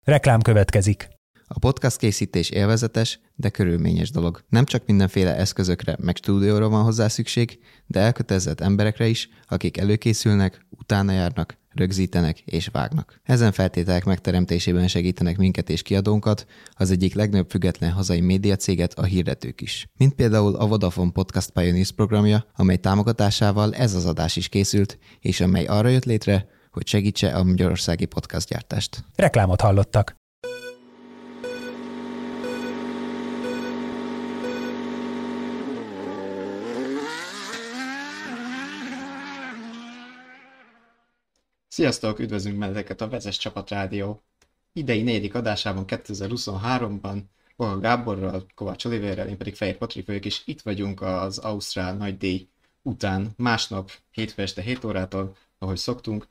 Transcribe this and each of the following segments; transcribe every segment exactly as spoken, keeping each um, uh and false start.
Reklám következik. A podcast készítés élvezetes, de körülményes dolog. Nem csak mindenféle eszközökre meg stúdióra van hozzá szükség, de elkötelezett emberekre is, akik előkészülnek, utána járnak, rögzítenek és vágnak. Ezen feltételek megteremtésében segítenek minket és kiadónkat, az egyik legnagyobb független hazai médiacéget, a hirdetők is. Mint például a Vodafone Podcast Pioneers programja, amely támogatásával ez az adás is készült, és amely arra jött létre, hogy segítse a magyarországi podcast gyártást. Reklámot hallottak. Sziasztok, üdvözlünk benneteket a Vezess Csapat Rádió idei negyedik adásában kétezer-huszonháromban Boga Gáborral, Kovács Olivérrel, én pedig Fehér Patrik vagyok, és itt vagyunk az Ausztrál nagydíj után, másnap, hétfő este hét órától, ahogy szoktunk.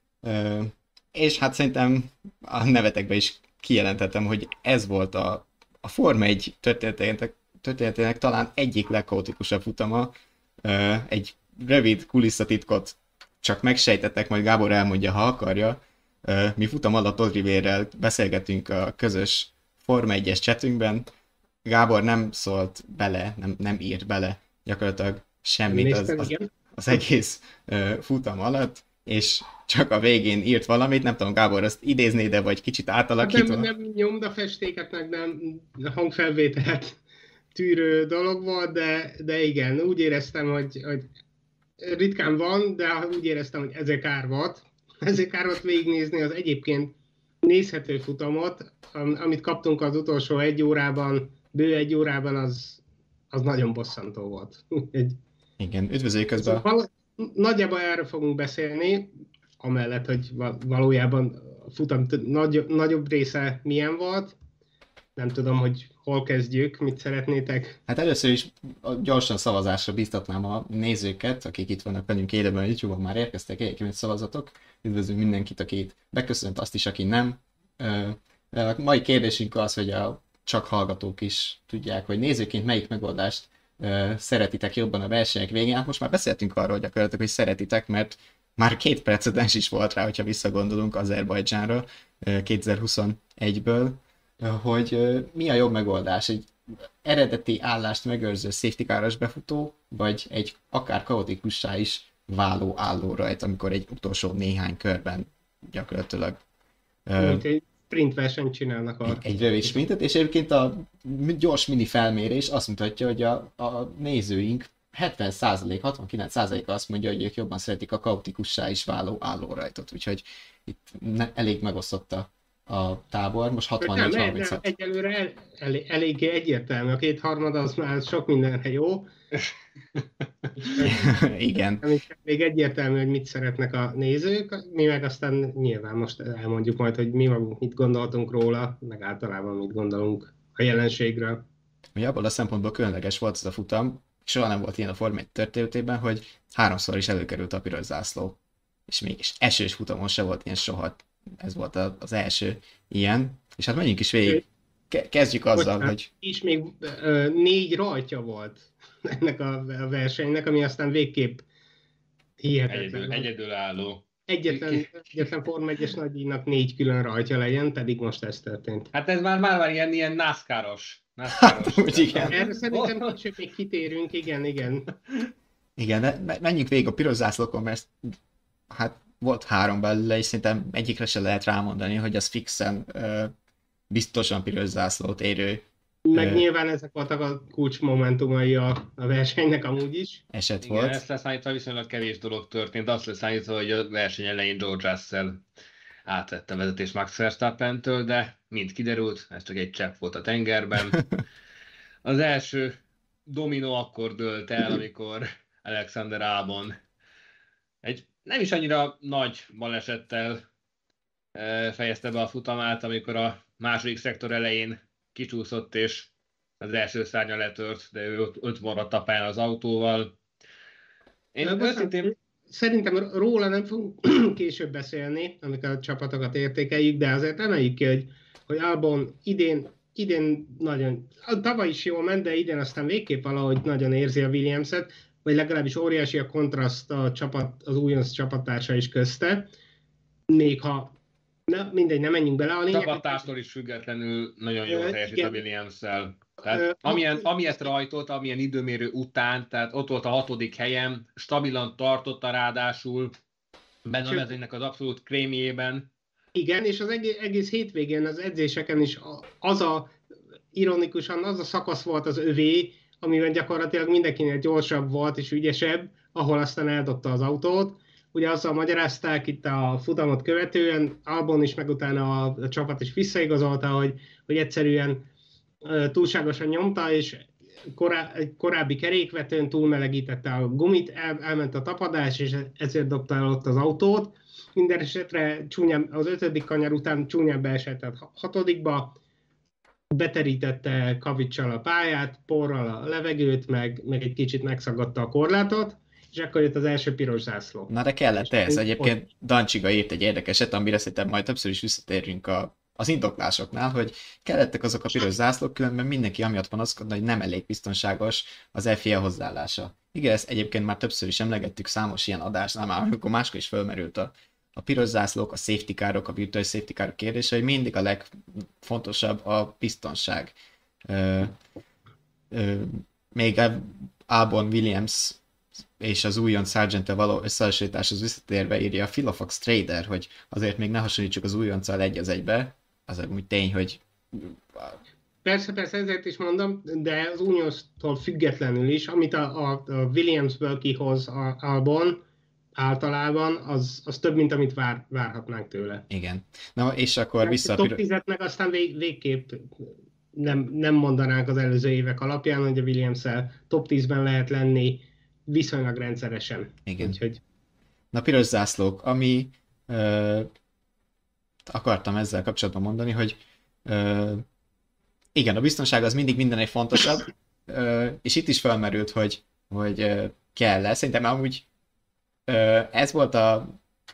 És hát szerintem a nevetekben is kijelentettem, hogy ez volt a, a Forma egy történetének, történetének talán egyik legkaotikusabb futama. Egy rövid kulisszatitkot csak megsejtettek, majd Gábor elmondja, ha akarja. Mi futam alatt Olivérrel beszélgetünk a közös Forma egyes chatünkben. Gábor nem szólt bele, nem, nem írt bele gyakorlatilag semmit az, az, az egész futam alatt, és csak a végén írt valamit, nem tudom, Gábor, azt idézné, de vagy kicsit átalakítva? Hát nem, nem nyomdafestéket, meg nem hangfelvételt tűrő dolog volt, de, de igen, úgy éreztem, hogy, hogy ritkán van, de úgy éreztem, hogy ezek kár volt. Ezek kár volt végignézni az egyébként nézhető futamot, amit kaptunk az utolsó egy órában, bő egy órában, az, az nagyon bosszantó volt. Egy... Igen, üdvözöljük közben. Szóval nagyjából erről fogunk beszélni, amellett, hogy valójában a futam nagy, nagyobb része milyen volt. Nem tudom, hogy hol kezdjük, mit szeretnétek. Hát először is gyorsan szavazásra biztatnám a nézőket, akik itt vannak velünk élőben a YouTube-on, már érkeztek egyébként szavazatok. Üdvözlünk mindenkit, aki itt beköszönt, azt is, aki nem. A mai kérdésünk az, hogy a csak hallgatók is tudják, hogy nézőként melyik megoldást szeretitek jobban a versenyek végén. Hát most már beszéltünk arról gyakorlatilag, hogy szeretitek, mert már két precedens is volt rá, hogyha visszagondolunk Azerbajdzsánra kétezer-huszonegyből, hogy mi a jobb megoldás, egy eredeti állást megőrző safety car-os befutó, vagy egy akár kaotikussá is váló állórajt, amikor egy utolsó néhány körben gyakorlatilag Mint egy sprint versenyt csinálnak. A... Egy rövid sprintet, és egyébként a gyors mini felmérés azt mutatja, hogy a, a nézőink hetven százalék, hatvankilenc százalék azt mondja, hogy ők jobban szeretik a kaotikussá is váló állórajtot, úgyhogy itt ne, elég megosztott a a tábor, most hatvannégy harminchat. Egyelőre el, el, eléggé egyértelmű, a kétharmad az már sok mindenre jó. Igen. Még egyértelmű, hogy mit szeretnek a nézők, mi meg aztán nyilván most elmondjuk majd, hogy mi magunk mit gondoltunk róla, meg általában mit gondolunk a jelenségről. Ugye abból a szempontból különleges volt ez a futam, soha nem volt ilyen a Forma egy történetében, hogy háromszor is előkerült a piros zászló, és mégis esős futamon se volt ilyen soha. Ez volt az első ilyen, és hát menjünk is végig. Kezdjük azzal, Bocsánat, hogy... És még ö, négy rajtja volt ennek a versenynek, ami aztán végképp hihetetlen. Egyedül, egyedülálló. Egyetlen, egyetlen Forma egyes nagydíjnak négy külön rajtja legyen, pedig most ez történt. Hát ez már már ilyen, ilyen NASCAR-os. NASCAR-os. Hát, igen. Erre szerintem kicsit még kitérünk, igen, igen. Igen, de menjünk végig a piros zászlókon, mert hát volt három belőle, és szerintem egyikre se lehet rámondani, hogy az fixen uh, biztosan piros zászlót érő. Meg uh, nyilván ezek voltak a kulcsmomentumai a, a versenynek amúgy is. Eset igen, volt. ezt leszállítva viszonylag kevés dolog történt. Azt leszállítva, hogy a verseny elején George Russell átvette a vezetés Max Verstappentől, de mind kiderült, ez csak egy csepp volt a tengerben. Az első dominó akkor dőlt el, amikor Alexander Albon egy nem is annyira nagy balesettel fejezte be a futamát, amikor a második szektor elején kicsúszott, és az első szárnya letört, de ő ott, ott maradt a pályán az autóval. Én Bocsánat, őszintén... Szerintem róla nem fogunk később beszélni, amikor a csapatokat értékeljük, de azért emeljük ki, hogy, hogy Albon idén, idén nagyon, tavaly is jól ment, de idén aztán végképp valahogy nagyon érzi a Williamset, vagy legalábbis óriási a kontraszt a csapat, az újonc csapattársa is közte. Még ha Na, mindegy, nem menjünk bele. A lényeg, Csapattárstól is függetlenül nagyon jól teljesít a Williams-szel. Tehát Ö, amilyen, abszolút. amilyet rajtolt, amilyen időmérő után, tehát ott volt a hatodik helyen, stabilan tartotta ráadásul, benne a Sőt. mezőnynek az abszolút krémjében. Igen, és az egész, egész hétvégén az edzéseken is az a, ironikusan az a szakasz volt az övé, amiben gyakorlatilag mindenkinél gyorsabb volt és ügyesebb, ahol aztán eldobta az autót. Ugye azzal magyarázták itt a futamot követően, Albon is, meg utána a, a csapat is visszaigazolta, hogy, hogy egyszerűen uh, túlságosan nyomta, és korá, egy korábbi kerékvetőn túlmelegítette a gumit, el, elment a tapadás, és ezért dobta el ott az autót. Minden esetre csúnyán, az ötödik kanyar után csúnyán beesett a hatodikba, beterítette kavicsal a pályát, porral a levegőt, meg, meg egy kicsit megszaggatta a korlátot, és akkor jött az első piros zászló. Na de kellett ez. És- Egyébként Dancsiga írt egy érdekeset, amire szerintem majd többször is visszatérünk a, az indoklásoknál, hogy kellettek azok a piros zászlók, különben mindenki amiatt panaszkodna, hogy nem elég biztonságos az ef i á hozzáállása. Igen, ezt egyébként már többször is emlegettük számos ilyen adásnál, már amikor máskor is fölmerült a, a piros zászlók, a safety carok, a virtuális safety carok kérdése, hogy mindig a legfontosabb a biztonság. Ö, ö, még Albon, Williams és az újonc Sargent-tel való összehasonlításhoz visszatérve írja a Filofax Trader, hogy azért még ne hasonlítsuk az újonccal egy az egybe, az úgy tény, hogy Persze, persze, ezért is mondom, de az Unióstól függetlenül is, amit a, a, a Williamsből kihoz a Albon általában, az, az több, mint amit vár, várhatnánk tőle. igen. Na és akkor vissza a top piros... tízet meg aztán vég, végképp nem, nem mondanánk az előző évek alapján, hogy a Williams-el top tízben lehet lenni viszonylag rendszeresen. Igen. Úgyhogy Na piros zászlók, ami ö, akartam ezzel kapcsolatban mondani, hogy ö, igen, a biztonság az mindig mindenegy fontosabb, ö, és itt is felmerült, hogy, hogy ö, kell-e. Szerintem amúgy ö, ez volt a,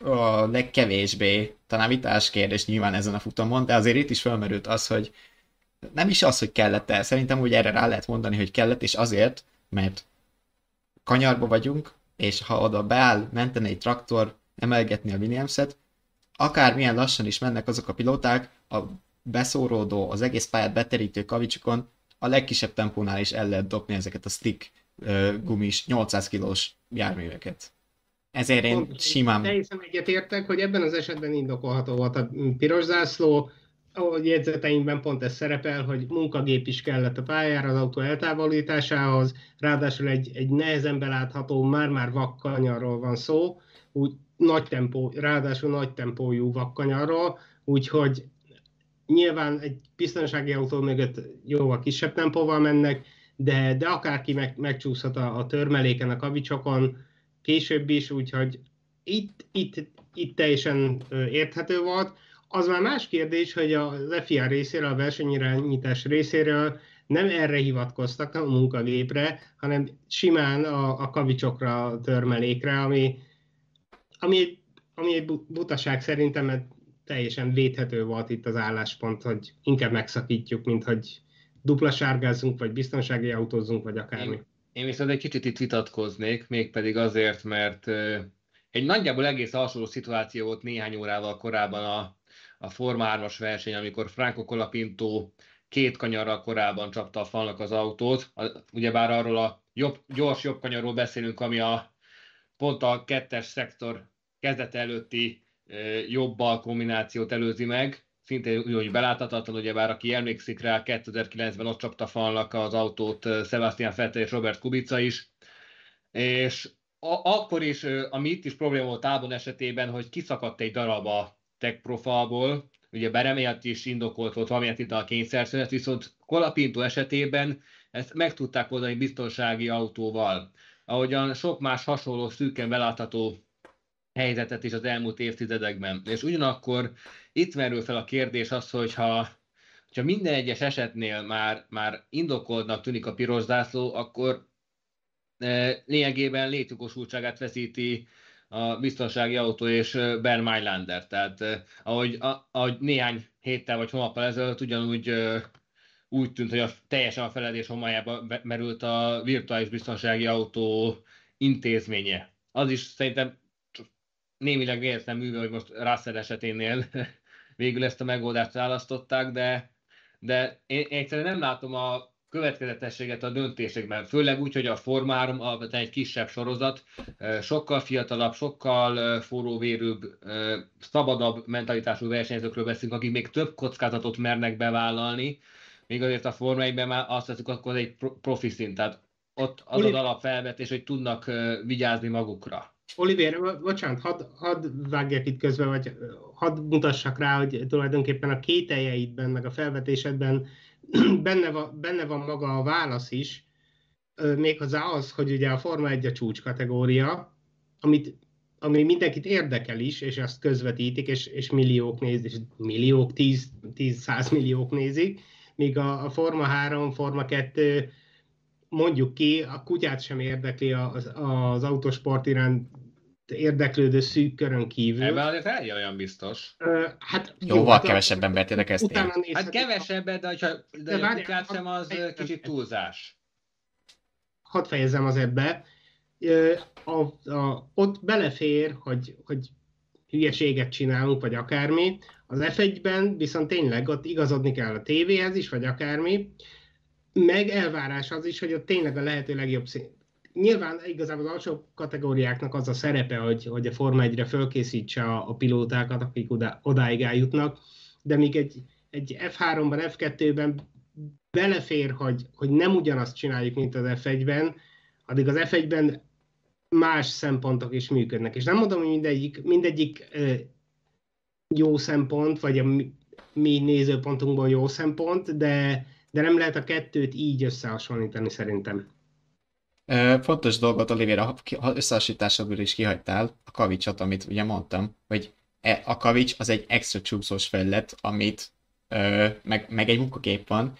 a legkevésbé talán vitás kérdés nyilván ezen a futamon, de azért itt is felmerült az, hogy nem is az, hogy kellett-e. Szerintem úgy erre rá lehet mondani, hogy kellett, és azért, mert kanyarba vagyunk, és ha oda beáll menteni egy traktor, emelgetni a Williams-et, akármilyen lassan is mennek azok a pilóták, a beszóródó, az egész pályát beterítő kavicsokon a legkisebb tempónál is el lehet dobni ezeket a stick uh, gumis nyolcszáz kilós járműveket. Ezért én pont, simán... teljesen egyetértek, hogy ebben az esetben indokolható volt a piros zászló, ahogy jegyzeteimben pont ez szerepel, hogy munkagép is kellett a pályára az autó eltávolításához, ráadásul egy, egy nehezen belátható, már-már vakkanyarról van szó, úgy nagy tempó, ráadásul nagy tempójú vakkanyarról, úgyhogy nyilván egy biztonsági autó mögött jóval kisebb tempóval mennek, de, de akárki meg, megcsúszhat a, a törmeléken, a kavicsokon később is, úgyhogy itt, itt, itt teljesen érthető volt. Az már más kérdés, hogy az ef i á részéről, a versenyirányítás részéről nem erre hivatkoztak, nem a munkagépre, hanem simán a, a kavicsokra, a törmelékre, ami, ami, egy, ami egy butaság szerintem, mert teljesen védhető volt itt az álláspont, hogy inkább megszakítjuk, mint hogy dupla sárgázzunk, vagy biztonsági autózzunk, vagy akármi. Én, én viszont egy kicsit itt vitatkoznék, mégpedig azért, mert egy nagyjából egész hasonló szituáció volt néhány órával korábban a a Forma hármas verseny, amikor Franco Colapinto két kanyarral korábban csapta a falnak az autót. Ugyebár arról a jobb, gyors jobb kanyarról beszélünk, ami a pont a kettes szektor kezdete előtti e, jobb bal kombinációt előzi meg. Szintén úgy beláthatatlan, ugyebár aki emlékszik rá, kétezer-kilencben ott csapta falnak az autót Sebastian Vettel és Robert Kubica is. És a, akkor is, ami itt is probléma volt Albon esetében, hogy kiszakadt egy darab a tech profilból, ugye beremiatt is indokolt volt valamiért itt a kényszerszünet, viszont Colapinto esetében ezt meg tudták oldani biztonsági autóval. Ahogyan sok más hasonló szűken belátható helyzetet is az elmúlt évtizedekben. És ugyanakkor itt merül fel a kérdés az, hogyha, hogyha minden egyes esetnél már, már indokoltnak tűnik a piros zászló, akkor e, lényegében létjogosultságát veszíti a biztonsági autó és Bernd Maylander. Tehát eh, ahogy, a, ahogy néhány héttel vagy hónappal ezelőtt ugyanúgy eh, úgy tűnt, hogy a, teljesen a feledés homályába merült a virtuális biztonsági autó intézménye. Az is szerintem némileg véletlen műve, hogy most Russell eseténél végül ezt a megoldást választották, de, de én, én egyszerűen nem látom a következetességet a döntésekben, főleg úgy, hogy a Forma három alapvetően egy kisebb sorozat, sokkal fiatalabb, sokkal forróvérűbb, szabadabb mentalitású versenyzőkről beszélünk, akik még több kockázatot mernek bevállalni, még azért a Forma egyben már azt veszük, akkor egy profi szint, tehát ott az az alapfelvetés, hogy tudnak vigyázni magukra. Oliver, bocsánat, hadd had vágjak itt közben, vagy hadd mutassak rá, hogy tulajdonképpen a kételjeidben, meg a felvetésedben benne van, benne van maga a válasz is, méghozzá az, hogy ugye a Forma egy a csúcs kategória, amit, ami mindenkit érdekel is, és azt közvetítik, és, és milliók nézik, és milliók, tíz-száz milliók nézik, míg a, a Forma három, Forma kettő, mondjuk ki, a kutyát sem érdekli az, az autósport iránt érdeklődő szűk körön kívül. Ebben azért elég olyan biztos. Uh, hát jóval jó, kevesebb embert érdekel. Hát kevesebbet, de, hogyha, de, de a kutyát sem, az egy, kicsit túlzás. Hadd fejezzem az ebbe. A, a, ott belefér, hogy, hogy hülyeséget csinálunk, vagy akármi. Az ef egyben viszont tényleg ott igazodni kell a tévéhez is, vagy akármi. Meg elvárás az is, hogy ott tényleg a lehető legjobb szín. Nyilván igazából az alsó kategóriáknak az a szerepe, hogy, hogy a Forma egyre fölkészítse a, a pilótákat, akik oda, odáig eljutnak, de míg egy, egy ef háromban, ef kettőben belefér, hogy, hogy nem ugyanazt csináljuk, mint az ef egyben, addig az ef egyben más szempontok is működnek. És nem mondom, hogy mindegyik, mindegyik ö, jó szempont, vagy a mi, mi nézőpontunkból jó szempont, de, de nem lehet a kettőt így összehasonlítani szerintem. Fontos dolgot, Olivéra, összehasonlításodból is kihagytál, a kavicsot, amit ugye mondtam, hogy a kavics az egy extra csúszós felület, amit, meg, meg egy munkakép van,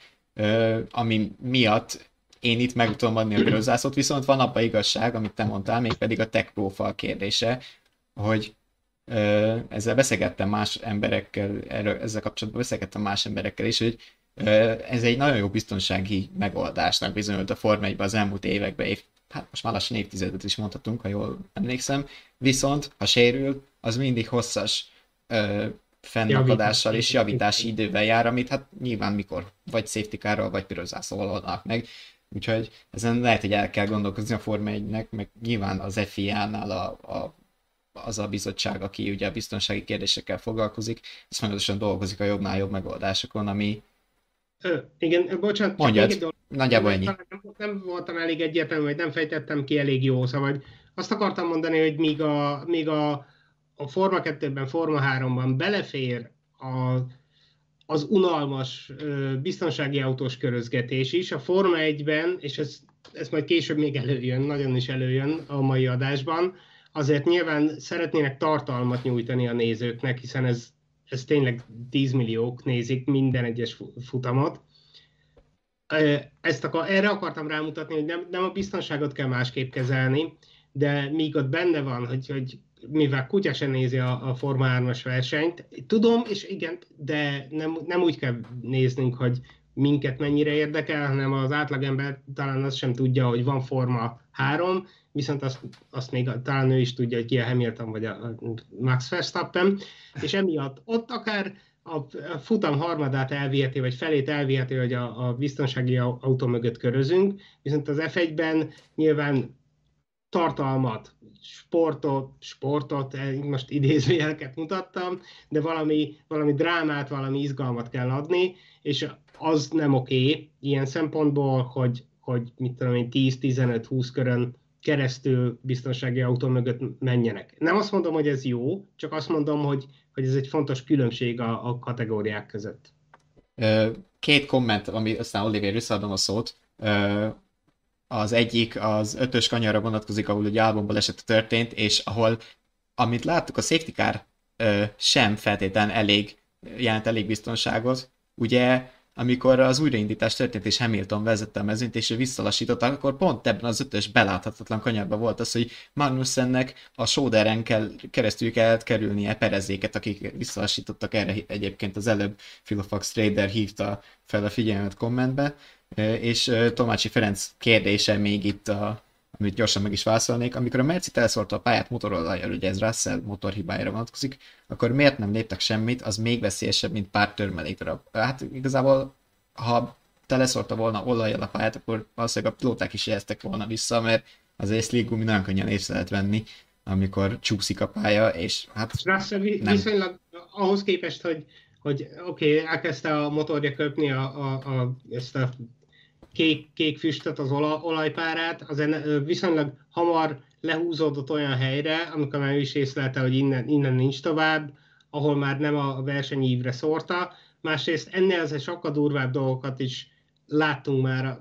ami miatt én itt meg tudom adni a pirozászot, viszont van abban igazság, amit te mondtál, mégpedig a tech profile kérdése, hogy ezzel beszélgettem más emberekkel, erről, ezzel kapcsolatban beszélgettem más emberekkel is, hogy ez egy nagyon jó biztonsági megoldásnak bizonyult a Forma egyben az elmúlt években, év, hát most már lassan évtizedet is mondhatunk, ha jól emlékszem, viszont ha sérül, az mindig hosszas ö, fennakadással és javítási idővel jár, amit hát nyilván mikor vagy safety carral, vagy pirozászóval oldnak meg, úgyhogy ezen lehet, hogy el kell gondolkozni a Forma egynek, meg nyilván az ef i á-nál a, a, az a bizottság, aki ugye a biztonsági kérdésekkel foglalkozik, ez folyamatosan dolgozik a jobbnál jobb megoldásokon, ami Ö, igen, bocsánat, mondjad, dolog, nagyjából ennyi. Nem, nem voltam elég egyértelmű, vagy nem fejtettem ki elég jó, szóval azt akartam mondani, hogy míg a, míg a, a Forma kettőben, Forma háromban belefér a, az unalmas biztonsági autós körözgetés is, a Forma egyben, és ez, ez majd később még előjön, nagyon is előjön a mai adásban, azért nyilván szeretnének tartalmat nyújtani a nézőknek, hiszen ez ez tényleg tízmilliók nézik minden egyes futamot. Ezt akar, erre akartam rámutatni, hogy nem, nem a biztonságot kell másképp kezelni, de míg ott benne van, hogy, hogy mivel kutya se nézi a, a Forma hármas versenyt, tudom, és igen, de nem, nem úgy kell néznünk, hogy minket mennyire érdekel, hanem az átlagember talán azt sem tudja, hogy van Forma három, viszont azt, azt még talán ő is tudja, hogy ki a Hamilton vagy a Max Verstappen, és emiatt ott akár a futam harmadát elviheti, vagy felét elviheti, hogy a, a biztonsági autó mögött körözünk, viszont az ef egyben nyilván tartalmat, sportot, sportot, most idézőjeleket mutattam, de valami, valami drámát, valami izgalmat kell adni, és az nem oké ilyen szempontból, hogy, hogy mit tudom én, tíz-tizenöt-húsz körön keresztül biztonsági autó mögött menjenek. Nem azt mondom, hogy ez jó, csak azt mondom, hogy, hogy ez egy fontos különbség a, a kategóriák között. Két komment, ami aztán Oliver visszaadom a szót. Az egyik az ötös kanyarra vonatkozik, ahol ugye albumból eset történt, és ahol, amit láttuk, a safety car sem feltétlenül elég, jelent elég biztonságot. Ugye amikor az újraindítás történt, és Hamilton vezette a mezőnyt, és ő visszalassította, akkor pont ebben az ötös beláthatatlan kanyarban volt az, hogy Magnussennek a sóderen kell, keresztül kellett kerülnie Perezéket, akik visszalassítottak, erre egyébként az előbb Filofax Trader hívta fel a figyelmet kommentbe, és Tomácsi Ferenc kérdése még itt a, amit gyorsan meg is válaszolnék. Amikor a Merci teleszórta a pályát motorolajjal, ugye ez Russell motorhibájára vonatkozik, akkor miért nem léptek semmit, az még veszélyesebb, mint pár törmelékdarab. Hát igazából, ha teleszórta volna olajjal a pályát, akkor valószínűleg a pilóták is jeleztek volna vissza, mert azért szlíggumi nagyon könnyen észre lehet venni, amikor csúszik a pálya, és hát Russell nem. viszonylag ahhoz képest, hogy, hogy oké, okay, elkezdte a motorja köpni a, a, a, ezt a kék, kék füstöt, az ola, olajpárát, az viszonylag hamar lehúzódott olyan helyre, amikor már ő is észlelte, hogy innen, innen nincs tovább, ahol már nem a versenyívre szórta. Másrészt ennél azért sokkal durvább dolgokat is láttunk már,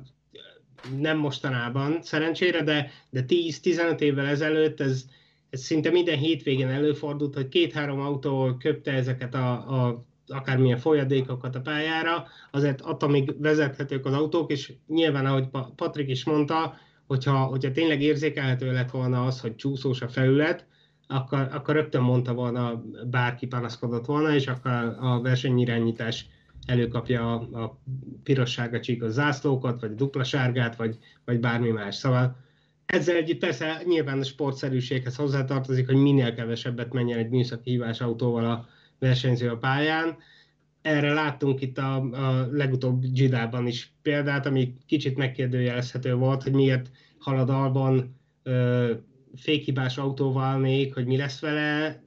nem mostanában szerencsére, de, de tíz-tizenöt évvel ezelőtt ez, ez szinte minden hétvégén előfordult, hogy két-három autó köpte ezeket a, a akármilyen folyadékokat a pályára, azért attól még vezethetők az autók, és nyilván, ahogy Patrik is mondta, hogyha, hogyha tényleg érzékelhető lett volna az, hogy csúszós a felület, akkor, akkor rögtön mondta volna, bárki panaszkodott volna, és akkor a versenyirányítás előkapja a, a piros-sárga csíkos zászlókat, vagy a dupla sárgát, vagy, vagy bármi más. Szóval ezzel együtt persze nyilván a sportszerűséghez hozzátartozik, hogy minél kevesebbet menjen egy műszaki hívás autóval a versenyző a pályán. Erre láttunk itt a, a legutóbb Jeddah-ban is példát, ami kicsit megkérdőjelezhető volt, hogy miért halad Albon ö, fékhibás autóval még, hogy mi lesz vele.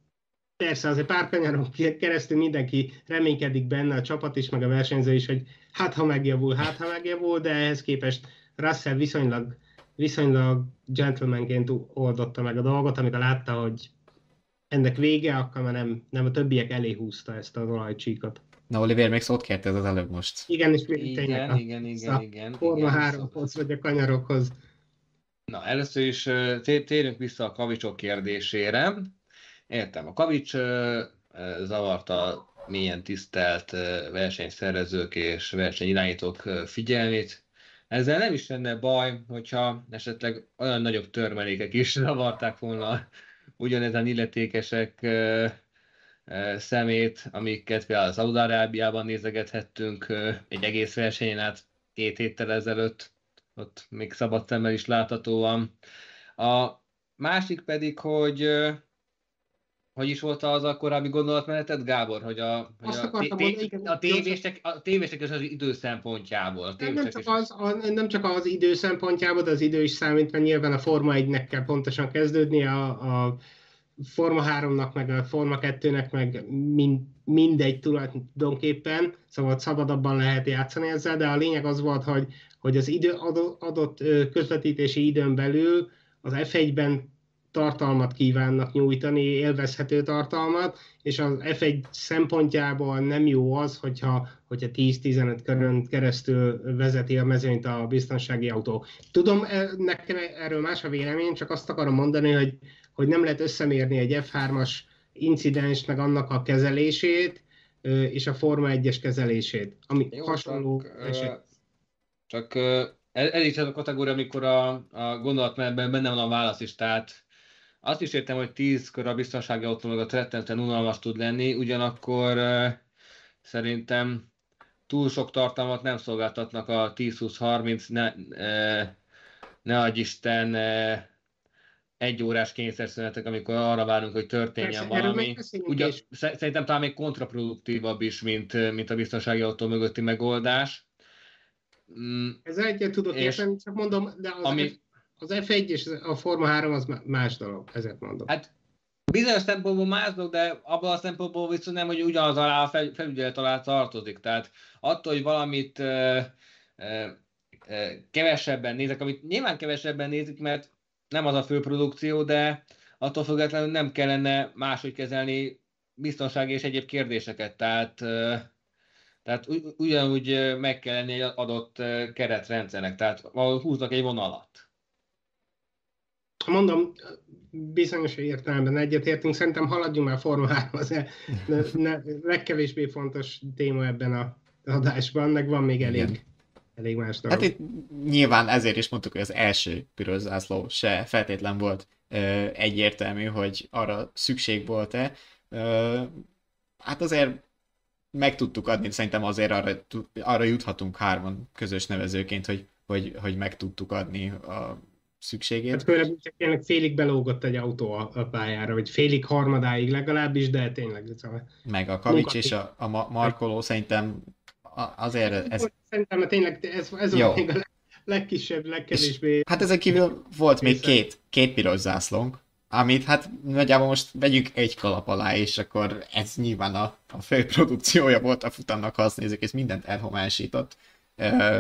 Persze azért pár kanyaron keresztül mindenki reménykedik benne, a csapat is, meg a versenyző is, hogy hát ha megjavul, hát ha megjavul, de ehhez képest Russell viszonylag, viszonylag gentlemanként oldotta meg a dolgot, amikor látta, hogy ennek vége, akkor már nem, nem a többiek elé húzta ezt az olajcsíkot. Na, Oliver, még szót kérted az előbb most. Igen, és Igen, tényleg a, igen, igen, a igen. Forma igen, háromhoz, vagy a kanyarokhoz. Na, először is uh, térjünk vissza a kavicsok kérdésére. Értem, a kavics uh, zavarta milyen tisztelt uh, versenyszervezők és versenyirányítók uh, figyelmét. Ezzel nem is lenne baj, hogyha esetleg olyan nagyobb törmelékek is zavarták volna ugyanezen illetékesek uh, uh, szemét, amiket például az Szaúd-Arábiában nézegethettünk uh, egy egész versenyen át két héttel ezelőtt, ott még szabad szemmel is láthatóan. A másik pedig, hogy uh, hogy is volt az a korábbi gondolatmeneted, Gábor, hogy a, hogy a, té- té- a tévések, a tévések és az idő szempontjából. A nem, csak az, a, nem csak az idő szempontjából, de az idő is számít, mert nyilván a Forma egynek kell pontosan kezdődni, a, a Forma háromnak, meg a Forma kettőnek, meg mind, mindegy tulajdonképpen, szóval szabadabban lehet játszani ezzel, de a lényeg az volt, hogy, hogy az idő adott közvetítési időn belül az ef egyben tartalmat kívánnak nyújtani, élvezhető tartalmat, és az ef egy szempontjából nem jó az, hogyha, hogyha tíz-tizenöt körön keresztül vezeti a mezőnyt a biztonsági autó. Tudom, nekem erről más a vélemény, csak azt akarom mondani, hogy, hogy nem lehet összemérni egy ef hármas incidens meg annak a kezelését, és a Forma egyes kezelését, ami jó, hasonló csak, eset. Csak ez, ez is az a kategória, amikor a, a gondolatmenetben benne van a válasz is, tehát azt is értem, hogy tíz kör a biztonsági autó meg a rettenetesen unalmas tud lenni, ugyanakkor uh, szerintem túl sok tartalmat nem szolgáltatnak a tíz húsz harminc, ne, uh, ne adj Isten, uh, egy órás kényszerszünetek, amikor arra várunk, hogy történjen persze, valami. Ugye, szerintem talán még kontraproduktívabb is, mint, mint a biztonsági autó mögötti megoldás. Mm, Ez egyet tudok érteni, csak mondom, de az ami, az ef egy és a Forma három az más dolog, ezért mondom. Hát bizonyos szempontból más dolog, de abban a szempontból viszont nem, hogy ugyanaz alá a felügyelet alá tartozik. Tehát attól, hogy valamit uh, uh, uh, kevesebben nézek, amit nyilván kevesebben nézik, mert nem az a fő produkció, de attól függetlenül nem kellene máshogy kezelni biztonsági és egyéb kérdéseket. Tehát, uh, tehát ugyanúgy meg kell lenni egy adott keretrendszernek. Tehát valahol húznak egy vonalat. Mondom, bizonyos értelemben egyetértünk, szerintem haladjunk már Forma három, az a legkevésbé fontos téma ebben az adásban, meg van még elég, elég más dolog. Hát itt nyilván ezért is mondtuk, hogy az első piros zászló se feltétlen volt ö, egyértelmű, hogy arra szükség volt-e. Ö, hát azért meg tudtuk adni, szerintem azért arra, arra juthatunk hárman közös nevezőként, hogy, hogy, hogy meg tudtuk adni a szükségét. Hát főleg csak tényleg félig belógott egy autó a, a pályára, vagy félig harmadáig legalábbis, de tényleg. Szóval Meg a Kavics és a, a Markoló szerintem azért ez... Szerintem tényleg ez, ez volt még a leg, legkisebb, legkevésbé... Hát ezen kívül volt még két, két piros zászlónk, amit hát nagyjából most vegyük egy kalap alá, és akkor ez nyilván a, a fő produkciója volt a futamnak, ha azt nézzük, és mindent elhomálsított. Uh,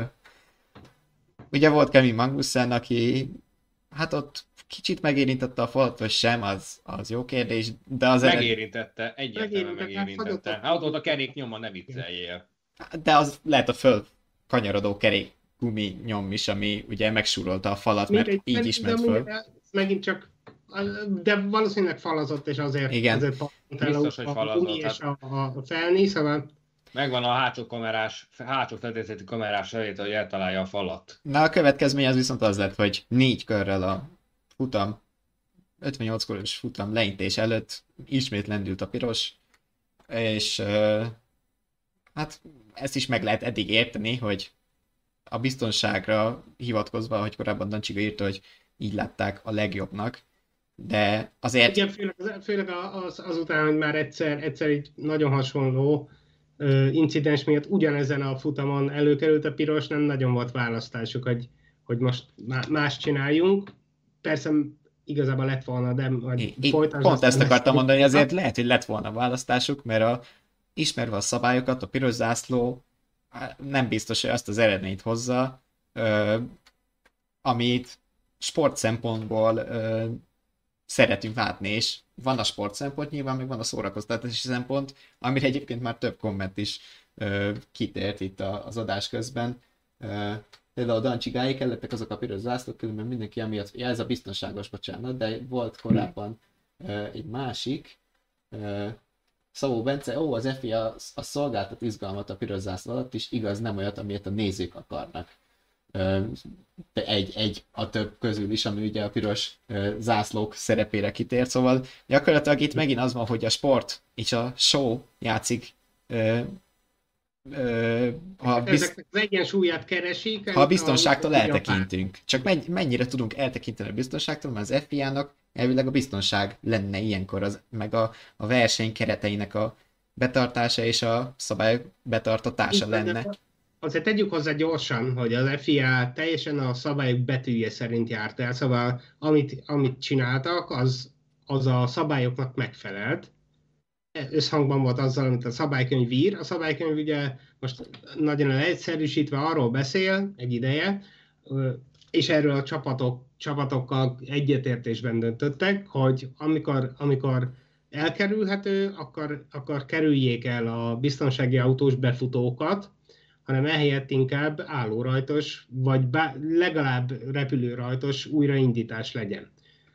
ugye volt Kevin Magnussen, aki hát ott kicsit megérintette a falat, vagy sem, az, az jó kérdés, de az megérintette, egyértelműen megérintette, megérintette. Hát ott a kerék nyoma, ne vicceljél. De az lehet a föl kanyarodó kerék gumi nyom is, ami ugye megsúrolta a falat, mert Mindegy, így is ment föl. Megint csak, de valószínűleg falazott, és azért, igen. azért biztos, hogy falazott. És a, a felni, szóval... Megvan a hátsó kamerás, hátsó fedélzeti kamerás felét, hogy eltalálja a falat. Na a következmény az viszont az lett, hogy négy körrel a futam, ötvennyolc körös futam leintés előtt ismét lendült a piros, és uh, hát ezt is meg lehet eddig érteni, hogy a biztonságra hivatkozva, ahogy korábban Dancsiga írta, hogy így látták a legjobbnak, de azért... Igen, főleg, főleg az, azután, hogy már egyszer, egyszer egy nagyon hasonló uh, incidens miatt ugyanezen a futamon előkerült a piros, nem nagyon volt választásuk, hogy, hogy most más csináljunk. Persze igazából lett volna, de majd folytasd. Pont ezt akartam mondani, azért lehet, hogy lett volna választásuk, mert a, ismerve a szabályokat, a piros zászló nem biztos, hogy azt az eredményt hozza, ö, amit sport szempontból ö, szeretünk látni, és van a sport szempont nyilván, meg van a szórakoztatási szempont, amire egyébként már több komment is ö, kitért itt az adás közben. Ö, Például a Dancsigáig kellettek azok a piros zászlók, különben mindenki amiatt, ja, ez a biztonságos, bocsánat, de volt korábban uh, egy másik, uh, Szabó Bence, ó, az ef i á a, a szolgáltat izgalmat a piros zászló alatt is, igaz, nem olyat, amilyet a nézők akarnak. Uh, de egy, egy a több közül is, ami ugye a piros uh, zászlók szerepére kitért, szóval gyakorlatilag itt megint az van, hogy a sport és a show játszik uh, Ö, ha biz... Ezeknek az egyensúlyát keresik. Ha a biztonságtól a... eltekintünk. Csak mennyire tudunk eltekinteni a biztonságtól, mert az ef i á-nak elvileg a biztonság lenne ilyenkor, az, meg a, a verseny kereteinek a betartása és a szabályok betartatása lenne. Azért tegyük hozzá gyorsan, hogy az ef i á teljesen a szabályok betűje szerint járt el, szóval amit, amit csináltak, az, az a szabályoknak megfelelt. Összhangban volt azzal, amit a szabálykönyv ír. A szabálykönyv ugye most nagyon leegyszerűsítve arról beszél egy ideje, és erről a csapatok, csapatokkal egyetértésben döntöttek, hogy amikor, amikor elkerülhető, akkor, akkor kerüljék el a biztonsági autós befutókat, hanem ehelyett inkább állórajtos, vagy bá, legalább repülőrajtos újraindítás legyen.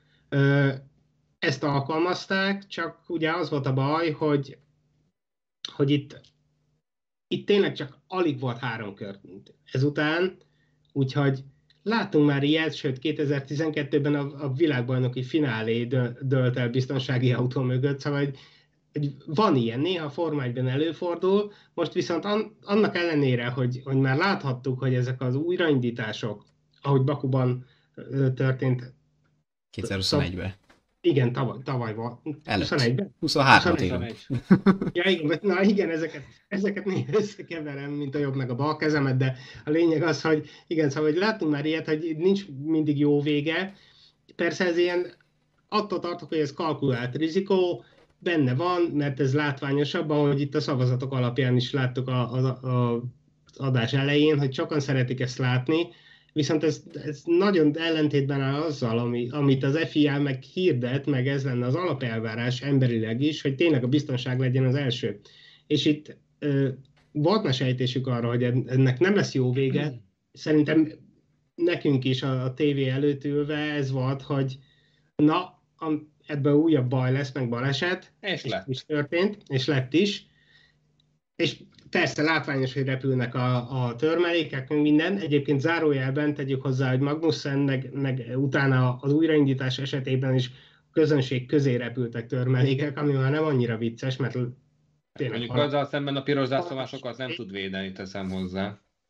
Ezt alkalmazták, csak ugye az volt a baj, hogy, hogy itt, itt tényleg csak alig volt három kör ezután, úgyhogy látunk már ilyet, sőt kétezer-tizenkettőben a, a világbajnoki finálé dölt el biztonsági autó mögött, szóval hogy, hogy van ilyen, néha a Forma egyben előfordul, most viszont an, annak ellenére, hogy, hogy már láthattuk, hogy ezek az újraindítások, ahogy Bakuban történt kétezer-huszonegyben. Igen, tavaly, tavaly volt. huszonegyben? huszonhárom. Ja, igen, na igen, ezeket, ezeket néha összekeverem, mint a jobb meg a bal kezemet, de a lényeg az, hogy igen, szóval hogy láttunk már ilyet, hogy nincs mindig jó vége. Persze ez ilyen, attól tartok, hogy ez kalkulált rizikó, benne van, mert ez látványosabb, ahogy itt a szavazatok alapján is láttuk a, a, a, az adás elején, hogy sokan szeretik ezt látni, viszont ez, ez nagyon ellentétben áll azzal, ami, amit az ef i á meg hirdet, meg ez lenne az alapelvárás emberileg is, hogy tényleg a biztonság legyen az első. És itt ö, volt már sejtésük arra, hogy ennek nem lesz jó vége. Szerintem nekünk is a, a tévé előtt ülve ez volt, hogy na, a, ebből újabb baj lesz, meg baleset. És lett. És történt, és lett is. És persze látványos, hogy repülnek a, a törmelékek, meg minden. Egyébként zárójelben tegyük hozzá, hogy Magnussen, meg, meg utána az újraindítás esetében is közönség közé repültek törmelékek, ami már nem annyira vicces, mert tényleg... Mondjuk azzal szemben a piros zászlóvásokat nem tud védeni, teszem hozzá.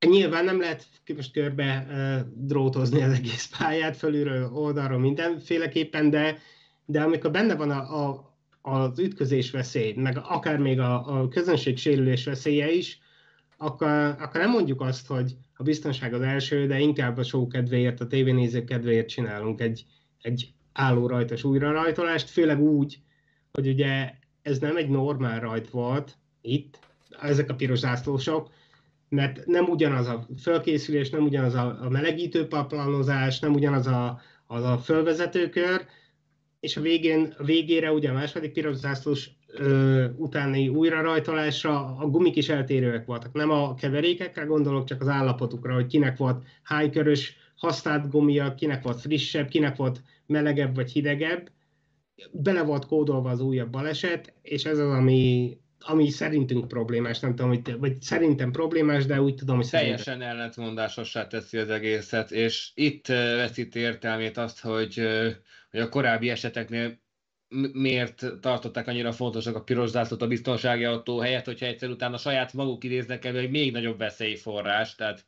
Nyilván nem lehet most körbe uh, drótozni az egész pályát, fölülről, oldalról mindenféleképpen, de, de amikor benne van a, a, az ütközés veszély, meg akár még a, a közönség sérülés veszélye is, akkor, akkor nem mondjuk azt, hogy a biztonság az első, de inkább a show kedvéért, a tévénézők kedvéért csinálunk egy, egy álló rajtos újrarajtolást, főleg úgy, hogy ugye ez nem egy normál rajt volt itt, ezek a piros zászlósok, mert nem ugyanaz a fölkészülés, nem ugyanaz a, a melegítő paplanozás, nem ugyanaz a, az a fölvezetőkör, és a végén, a végére ugye a második piros zászlós ö, utáni újrarajtolásra a gumik is eltérőek voltak. Nem a keverékekre gondolok, csak az állapotukra, hogy kinek volt hánykörös használt gumia, kinek volt frissebb, kinek volt melegebb vagy hidegebb. Bele volt kódolva az újabb baleset, és ez az, ami, ami szerintünk problémás, nem tudom, hogy, vagy szerintem problémás, de úgy tudom, hogy teljesen szerintem... ellentmondásossá teszi az egészet, és itt veszíti értelmét azt, hogy, hogy a korábbi eseteknél miért tartották annyira fontosak a piros zászlót a biztonsági autó helyett, hogyha egyszer utána saját maguk idéznek elő egy még nagyobb veszélyforrás, tehát,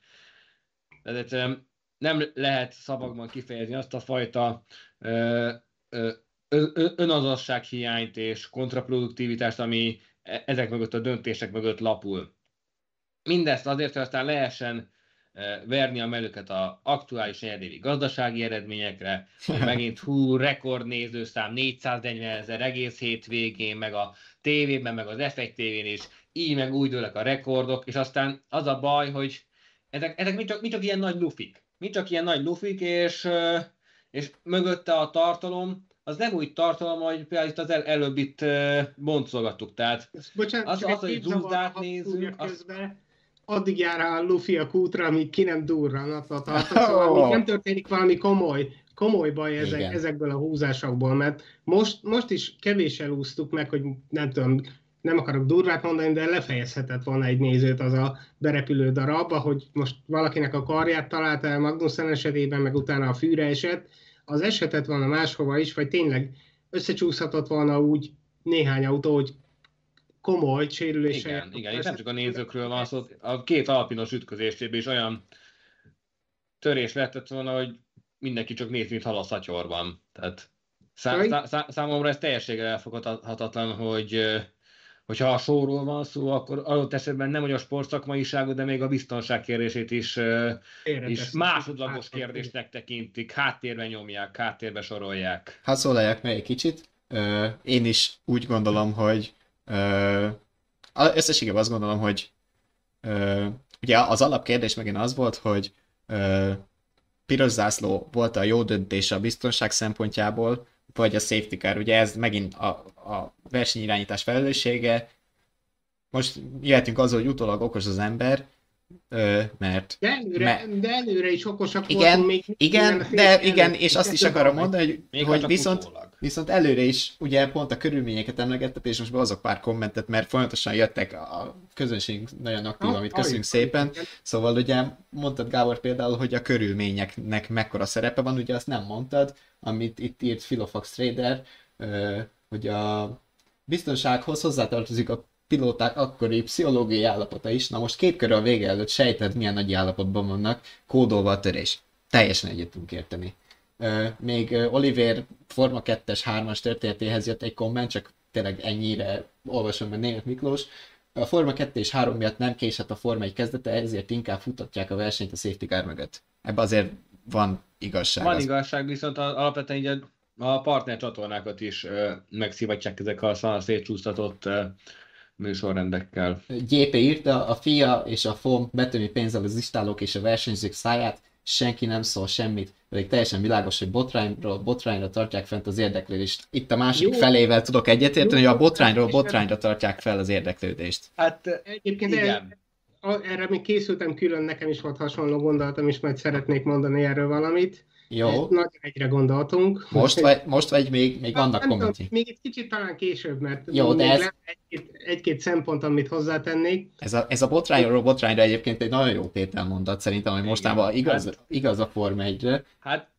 tehát nem lehet szavakban kifejezni azt a fajta ö, ö, önazasság hiányt és kontraproduktivitást, ami ezek mögött a döntések mögött lapul. Mindezt azért, hogy aztán lehessen verni a mellüket az aktuális negyedévi gazdasági eredményekre, megint hú, rekordnézőszám, négyszáznegyvenezer egész hétvégén, meg a tévében, meg az ef egy tévén is, így meg úgy dőlek a rekordok, és aztán az a baj, hogy ezek, ezek mi, csak, mi csak ilyen nagy lufik. Mi csak ilyen nagy lufik, és, és mögötte a tartalom, az nem úgy tartalom, hogy például itt az el, előbb itt uh, boncolgattuk. Tehát Bocsánat, az, az, hogy Zuzdát nézünk, az... addig jár a Luffy a kútra, amíg ki nem durran a tartalom. Szóval amíg nem történik valami komoly, komoly baj ezek, ezekből a húzásokból, mert most, most is kevés elúsztuk meg, hogy nem tudom, nem akarok durvát mondani, de lefejezhetett volna egy nézőt az a berepülő darab, ahogy most valakinek a karját találta el Magnussen esetében, meg utána a fűre esett, az esetet volna máshova is, vagy tényleg összecsúszhatott volna úgy néhány autó, hogy komoly sérülése. Igen, igen, és nem csak a nézőkről van szó, a két alpinos ütközésében is olyan törés lehetett volna, hogy mindenki csak néz, mint hal a szatyorban. Tehát szá- szá- szá- számomra ez teljességgel elfogadhatatlan, hogy hogyha a showról van szó, akkor adott esetben nem, hogy a sportszakmaiságot, de még a biztonság kérdését is, is másodlagos kérdésnek tekintik, háttérben nyomják, háttérbe sorolják. Hát szólaljak meg egy kicsit. Én is úgy gondolom, hogy összességében azt gondolom, hogy ugye az alapkérdés megint az volt, hogy piros zászló volt a jó döntés a biztonság szempontjából, vagy a safety car, ugye ez megint a, a versenyirányítás felelőssége. Most jöhetünk azzal, hogy utólag okos az ember, mert... De előre, me... de előre is okosak igen, voltunk még. Igen, de igen, és azt is akarom mondani, hogy, hogy viszont, utólag. viszont előre is, ugye pont a körülményeket emlegettet, és most behozok pár kommentet, mert folyamatosan jöttek a közönség nagyon aktív, ha, amit köszönjük szépen. Szóval ugye mondtad, Gábor, például, hogy a körülményeknek mekkora szerepe van, ugye azt nem mondtad, amit itt írt Filofax Trader, hogy a biztonsághoz hozzátartozik a pilóták akkori pszichológiai állapota is. Na most két körül a vége előtt sejted, milyen nagy állapotban vannak, kódolva a törés. Teljesen egyet tudunk érteni. Még Oliver Forma kettes, hármas történetéhez jött egy komment, csak tényleg ennyire olvasom meg Németh Miklós. A Forma kettő és három miatt nem késett a Forma egy kezdete, ezért inkább futatják a versenyt a safety car mögött. Ebben azért van igazság. Van az... igazság, viszont alapvetően így a, a partner csatornákat is uh, megszivatják ezek a szétcsúsztatott uh, műsorrendekkel. gé pé írta, a fia és a FOM betömi pénzzel az istálók és a versenyzők száját, senki nem szól semmit, pedig teljesen világos, hogy botrányról botrányra tartják fent az érdeklődést. Itt a másik jó. Felével tudok egyetérteni, hogy a botrányról botrányra tartják fel az érdeklődést. Hát egyébként igen. El, erre még készültem külön, nekem is volt hasonló gondolatom, és majd szeretnék mondani erről valamit. Jó. Nagyon egyre gondoltunk. Most vagy, most vagy még, még vannak kommentjük. Még egy kicsit talán később, mert jó, de ez... egy-két, egy-két szempont, amit hozzátennék. Ez a, ez a botrányról botrányra egyébként egy nagyon jó tételmondat szerintem, hogy mostanában igaz, igaz a Forma egyre. Hát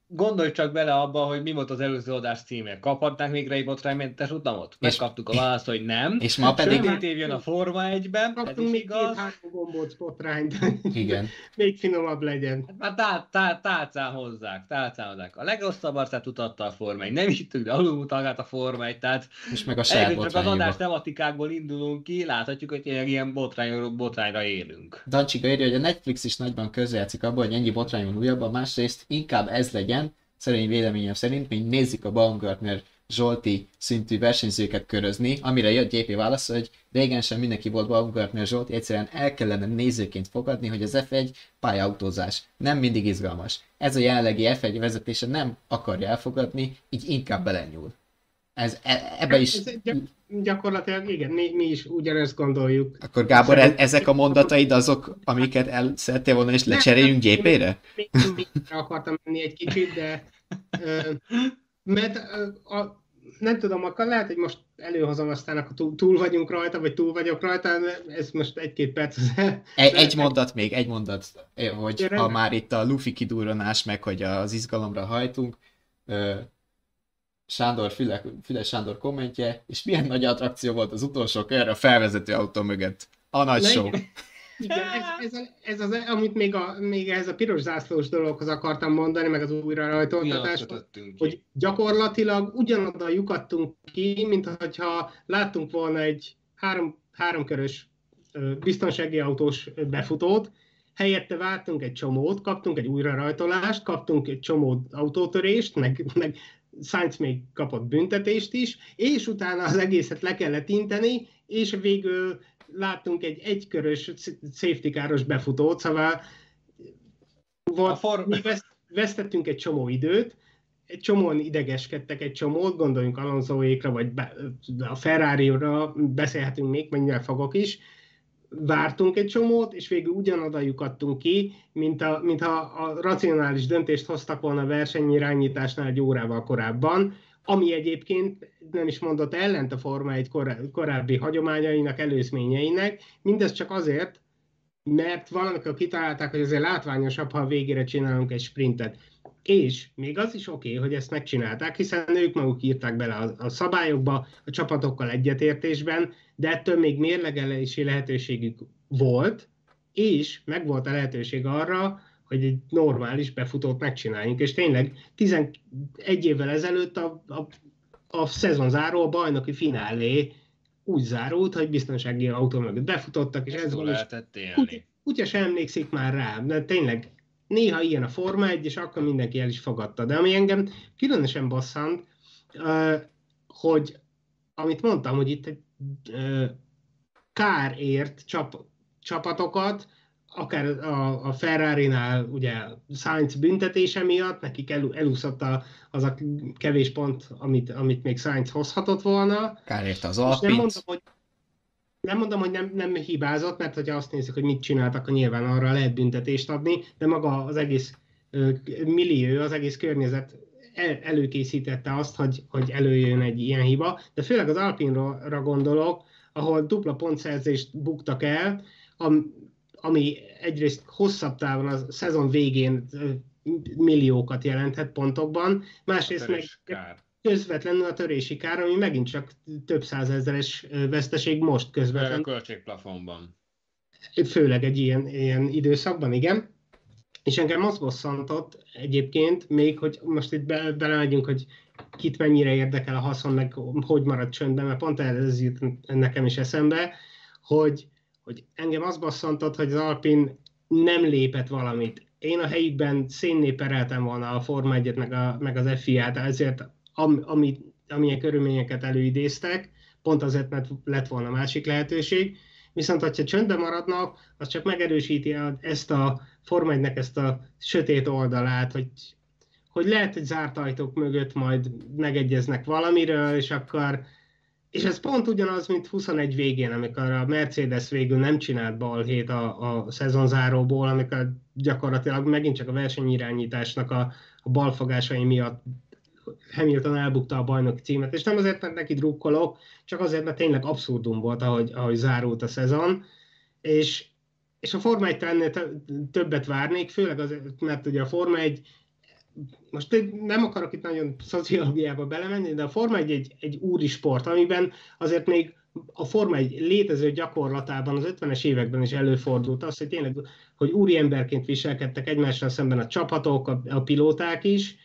gondolj csak bele abba, hogy mi volt az előző adás címe. Kaphatnánk még egy botránymentes utamot? Megkaptuk a választ, hogy nem. És ma pedig... Sötét év jön a Forma egyben, ez Kaptunk is még igaz. két három gombóc botrányt, Igen. még finomabb legyen. Hát már tá- tá- tálcán hozzák, tálcán hozzák. A legrosszabb arcát mutatta a Forma egy. Nem hittük, de alulmutatgát a Forma egy. Tehát És meg a saját egyébként csak az botrányaiba. adás tematikákból indulunk ki, láthatjuk, hogy tényleg ilyen botrány, botrányra élünk. Dancsika írja, hogy a Netflix is nagyban közrejátszik abban, hogy ennyi botrány van újabban, másrészt inkább ez legyen, szerény véleményem szerint, mint nézzük a Baumgartner Zsolti szintű versenyzőket körözni, amire jött gé pé válasz, hogy régen sem mindenki volt Baumgartner Zsolti, egyszerűen el kellene nézőként fogadni, hogy az ef egy pályautózás, nem mindig izgalmas. Ez a jelenlegi ef egy vezetése nem akarja elfogadni, így inkább belenyúl. Ez, e, ebbe is... Ez gy- gyakorlatilag igen, mi, mi is ugyanezt gondoljuk. Akkor Gábor, e- ezek a mondataid azok, amiket el szerettél volna, és lecseréljünk gé pére? Még, még akartam menni egy kicsit, de ö, mert ö, a, nem tudom, akkor lehet, hogy most előhozom, aztán akkor túl, túl vagyunk rajta, vagy túl vagyok rajta, ez most egy-két perc. Egy, egy mondat még, egy mondat, hogy Ja, ha rendben. már itt a Luffy kidurranás, meg hogy az izgalomra hajtunk, ö, Sándor, Füle, Füle Sándor kommentje, és milyen nagy attrakció volt az utolsó kör a felvezető autó mögött. A nagy Na show. igen. Igen, ez, ez, a, ez az, amit még, a, még ehhez a piros zászlós dologhoz akartam mondani, meg az újra rajtoltatáshoz, hogy gyakorlatilag ugyanoda lyukadtunk ki, mint hogyha láttunk volna egy három, háromkörös biztonsági autós befutót, helyette vártunk egy csomót, kaptunk egy újrarajtolást, kaptunk egy csomó autótörést, meg, meg Sainz még kapott büntetést is, és utána az egészet le kellett inteni, és végül láttunk egy egykörös safety káros befutót, szóval volt, for... mi vesztettünk egy csomó időt, egy csomóan idegeskedtek egy csomót, gondoljunk Alonsoékra, vagy be, a Ferrari-ra beszélhetünk még, mennyire fogok is, vártunk egy csomót, és végül ugyanoda lyukadtunk ki, mint, a, mint ha a racionális döntést hoztak volna a versenyirányításnál egy órával korábban, ami egyébként nem is mondott ellent a Forma egy korábbi hagyományainak, előzményeinek, mindez csak azért, mert valamikor kitalálták, hogy azért látványosabb, ha a végére csinálunk egy sprintet. És még az is oké, okay, hogy ezt megcsinálták, hiszen ők maguk írták bele a, a szabályokba, a csapatokkal egyetértésben, de ettől még mérlegelési lehetőségük volt, és megvolt a lehetőség arra, hogy egy normális befutót megcsináljunk. És tényleg tizenegy évvel ezelőtt a, a, a szezonzáró, a bajnoki finálé úgy zárult, hogy biztonsági autó mögött befutottak, és ezt ez lehetett élni. Kutya sem emlékszik már rá, de tényleg néha ilyen a Forma egy, és akkor mindenki el is fogadta. De ami engem különösen bosszant, hogy amit mondtam, hogy itt egy kár ért csap, csapatokat, akár a, a Ferrari-nál ugye Sainz büntetése miatt, nekik el, elúszott a, az a kevés pont, amit, amit még Sainz hozhatott volna. Kár érte az Alpint. Nem mondom, hogy, nem, mondom, hogy nem, nem hibázott, mert hogyha azt nézzük, hogy mit csináltak, akkor nyilván arra lehet büntetést adni, de maga az egész uh, millió, az egész környezet el, előkészítette azt, hogy, hogy előjön egy ilyen hiba. De főleg az Alpinra gondolok, ahol dupla pontszerzést buktak el, am, ami egyrészt hosszabb távon a szezon végén milliókat jelenthet pontokban, másrészt meg közvetlenül a törési kár, ami megint csak több százezeres veszteség most közvetlenül. A költségplafonban. Főleg egy ilyen, ilyen időszakban, igen. És engem az bosszantott egyébként, még hogy most itt be, belemegyünk, hogy kit mennyire érdekel a haszon, meg hogy marad csöndben, mert pont ez jut nekem is eszembe, hogy hogy engem az bosszantott, hogy az Alpin nem lépett valamit. Én a helyükben szénné pereltem volna a Forma egyet, meg, a, meg az ef i á-t, ezért am, ami, amilyen körülményeket előidéztek, pont azért, mert lett volna másik lehetőség. Viszont, hogyha csöndben maradnak, az csak megerősíti ezt a Forma egynek ezt a sötét oldalát, hogy, hogy lehet, hogy zárt ajtók mögött majd megegyeznek valamiről, és akkor és ez pont ugyanaz, mint huszonegy végén, amikor a Mercedes végül nem csinált balhét a, a szezonzáróból, amikor gyakorlatilag megint csak a versenyirányításnak a, a balfogásai miatt Hamilton elbukta a bajnoki címet, és nem azért, mert neki drukkolok, csak azért, mert tényleg abszurdum volt, ahogy, ahogy zárult a szezon, és, és a Forma egytől ennél többet várnék, főleg azért, mert ugye a Forma egy most nem akarok itt nagyon szociológiába belemenni, de a Forma egy, egy, egy úri sport, amiben azért még a Forma egy létező gyakorlatában az ötvenes években is előfordult az, hogy tényleg, hogy úri emberként viselkedtek egymással szemben a csapatok, a, a pilóták is.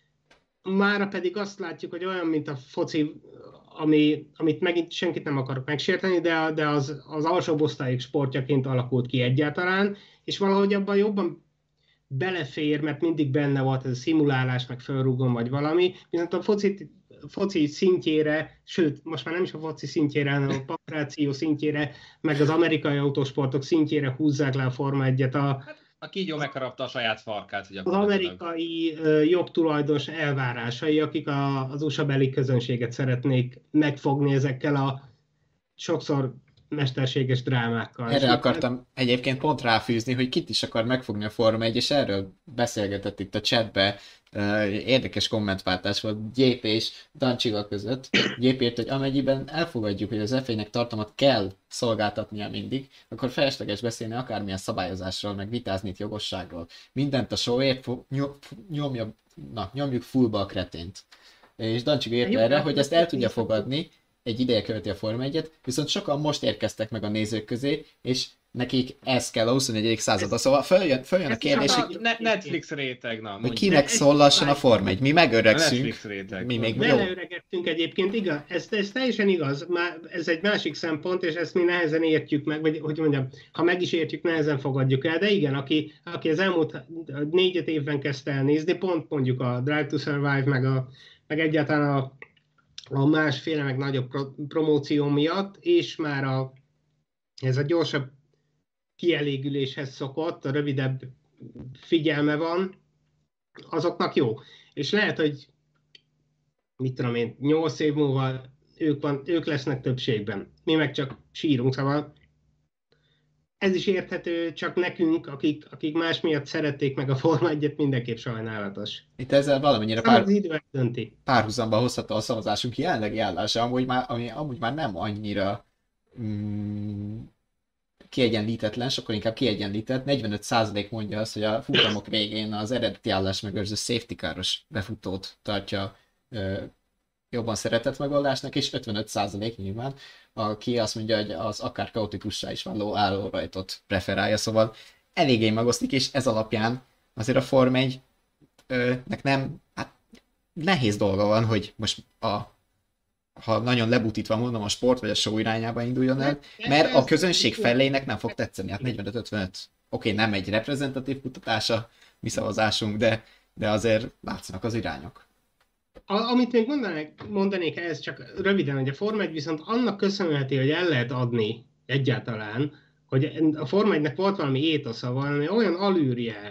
Mára pedig azt látjuk, hogy olyan, mint a foci, ami, amit megint senkit nem akarok megsérteni, de, de az, az alsóbb osztályok sportjaként alakult ki egyáltalán, és valahogy abban jobban belefér, mert mindig benne volt ez a szimulálás, meg fölrúgom, vagy valami, viszont a foci, foci szintjére, sőt, most már nem is a foci szintjére, hanem a paparáció szintjére, meg az amerikai autósportok szintjére húzzák le a Forma egyet. A, a kígyó megharapta a saját farkát. Az amerikai uh, jogtulajdonos elvárásai, akik a, az u es á-beli közönséget szeretnék megfogni ezekkel a sokszor mesterséges drámákkal. Erre akartam egyébként pont ráfűzni, hogy kit is akar megfogni a Forma egy, és erről beszélgetett itt a chatbe. Érdekes kommentváltás volt gé pé és Dancsiga között. gé pé írt, hogy amennyiben elfogadjuk, hogy az ef egy-nek tartalmat kell szolgáltatnia mindig, akkor felesleges beszélni akármilyen szabályozásról, meg vitázni itt jogosságról. Mindent a showért nyomja, na, nyomjuk fullba a kretént. És Dancsiga írt erre, hogy ezt el tudja fogadni, egy ideje követi a Forma egyet, viszont sokan most érkeztek meg a nézők közé, és nekik ez kell a huszonegyedik században. Szóval följön, följön a kérdés, hogy ne, Netflix réteg, na. Hogy kinek szóllasson a Forma egy. Mi megöregszünk. Mi még jó. Beleöregettünk egyébként, igaz? Ez, ez teljesen igaz. Már ez egy másik szempont, és ezt mi nehezen értjük meg, vagy hogy mondjam, ha meg is értjük, nehezen fogadjuk el. De igen, aki, aki az elmúlt négy-öt évben kezdte el nézni, pont mondjuk a Drive to Survive, meg, a, meg egyáltalán a a másféle meg nagyobb pro- promóció miatt, és már a, ez a gyorsabb kielégüléshez szokott, a rövidebb figyelme van, azoknak jó. És lehet, hogy mit tudom én, nyolc év múlva ők, van, ők lesznek többségben. Mi meg csak sírunk, szóval ez is érthető, csak nekünk, akik, akik más miatt szerették meg a Forma egyet, mindenképp sajnálatos. Itt ezzel valamennyire pár, az idő dönti. párhuzamba hozható a szavazásunk jelenlegi állása, amúgy már, ami amúgy már nem annyira mm, kiegyenlítetlen, sokkal inkább kiegyenlített. negyvenöt százalék mondja azt, hogy a futamok végén az eredeti állás megőrző safety car-os befutót tartja ö, jobban szeretett megoldásnak, és ötvenöt százalék nyilván, aki azt mondja, hogy az akár kaotikussá is váló állórajtot preferálja, szóval eléggé megosztik, és ez alapján azért a Forma egynek nem, hát nehéz dolga van, hogy most a, ha nagyon lebutítva mondom, a sport vagy a show irányába induljon el, mert a közönség felének nem fog tetszeni, hát negyvenöt ötvenöt. Oké, nem egy reprezentatív kutatás a mi szavazásunk, de, de azért látszanak az irányok. A, amit még mondanék, mondanék ehhez csak röviden, hogy a Forma egy viszont annak köszönheti, hogy el lehet adni egyáltalán, hogy a Forma egynek volt valami étosza, valami olyan alűrje,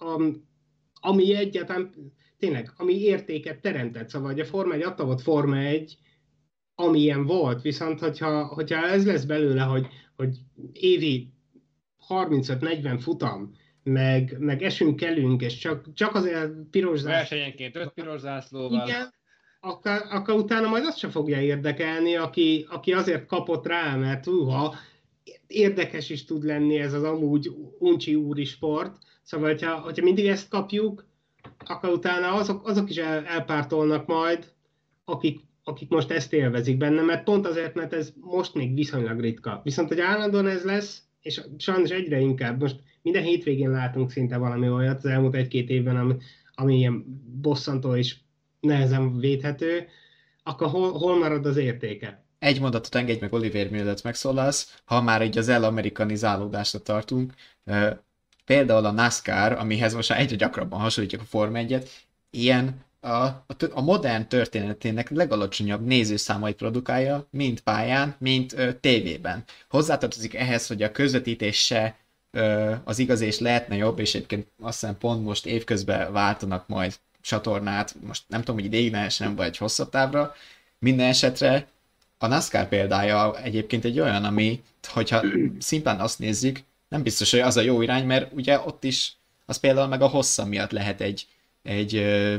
ami egyáltalán tényleg, ami értéket teremtett, szóval hogy a Forma egy adta volt Forma egy, amilyen volt, viszont hogyha, hogyha ez lesz belőle, hogy, hogy évi harmincöt-negyven futam, meg, meg esünk, kelünk, és csak, csak azért piros zászló. Versenyenként öt piros zászlóval. Igen, akkor, akkor utána majd azt sem fogja érdekelni, aki, aki azért kapott rá, mert uha, érdekes is tud lenni ez az amúgy uncsi úri sport. Szóval, hogyha, hogyha mindig ezt kapjuk, akkor utána azok, azok is el, elpártolnak majd, akik, akik most ezt élvezik benne, mert pont azért, mert ez most még viszonylag ritka. Viszont, hogy állandóan ez lesz, és sajnos egyre inkább, most minden hétvégén látunk szinte valami olyat az elmúlt egy-két évben, ami, ami ilyen bosszantó és nehezen védhető, akkor hol, hol marad az értéke? Egy mondatot engedj meg, Oliver, mielőtt megszólalsz, ha már így az elamerikanizálódásra tartunk. Például a NASCAR, amihez most már egyre gyakrabban hasonlítjuk a Forma egyet, ilyen a, a, a modern történetének legalacsonyabb nézőszámait produkálja, mind pályán, mind ö, tévében. Hozzátartozik ehhez, hogy a közvetítés se ö, az igaz és lehetne jobb, és egyébként azt hiszem pont most évközben váltanak majd csatornát, most nem tudom, hogy ideiglenesen vagy egy hosszabb távra. Minden esetre a NASCAR példája egyébként egy olyan, ami, hogyha szimplán azt nézzük, nem biztos, hogy az a jó irány, mert ugye ott is az például meg a hossza miatt lehet egy, egy,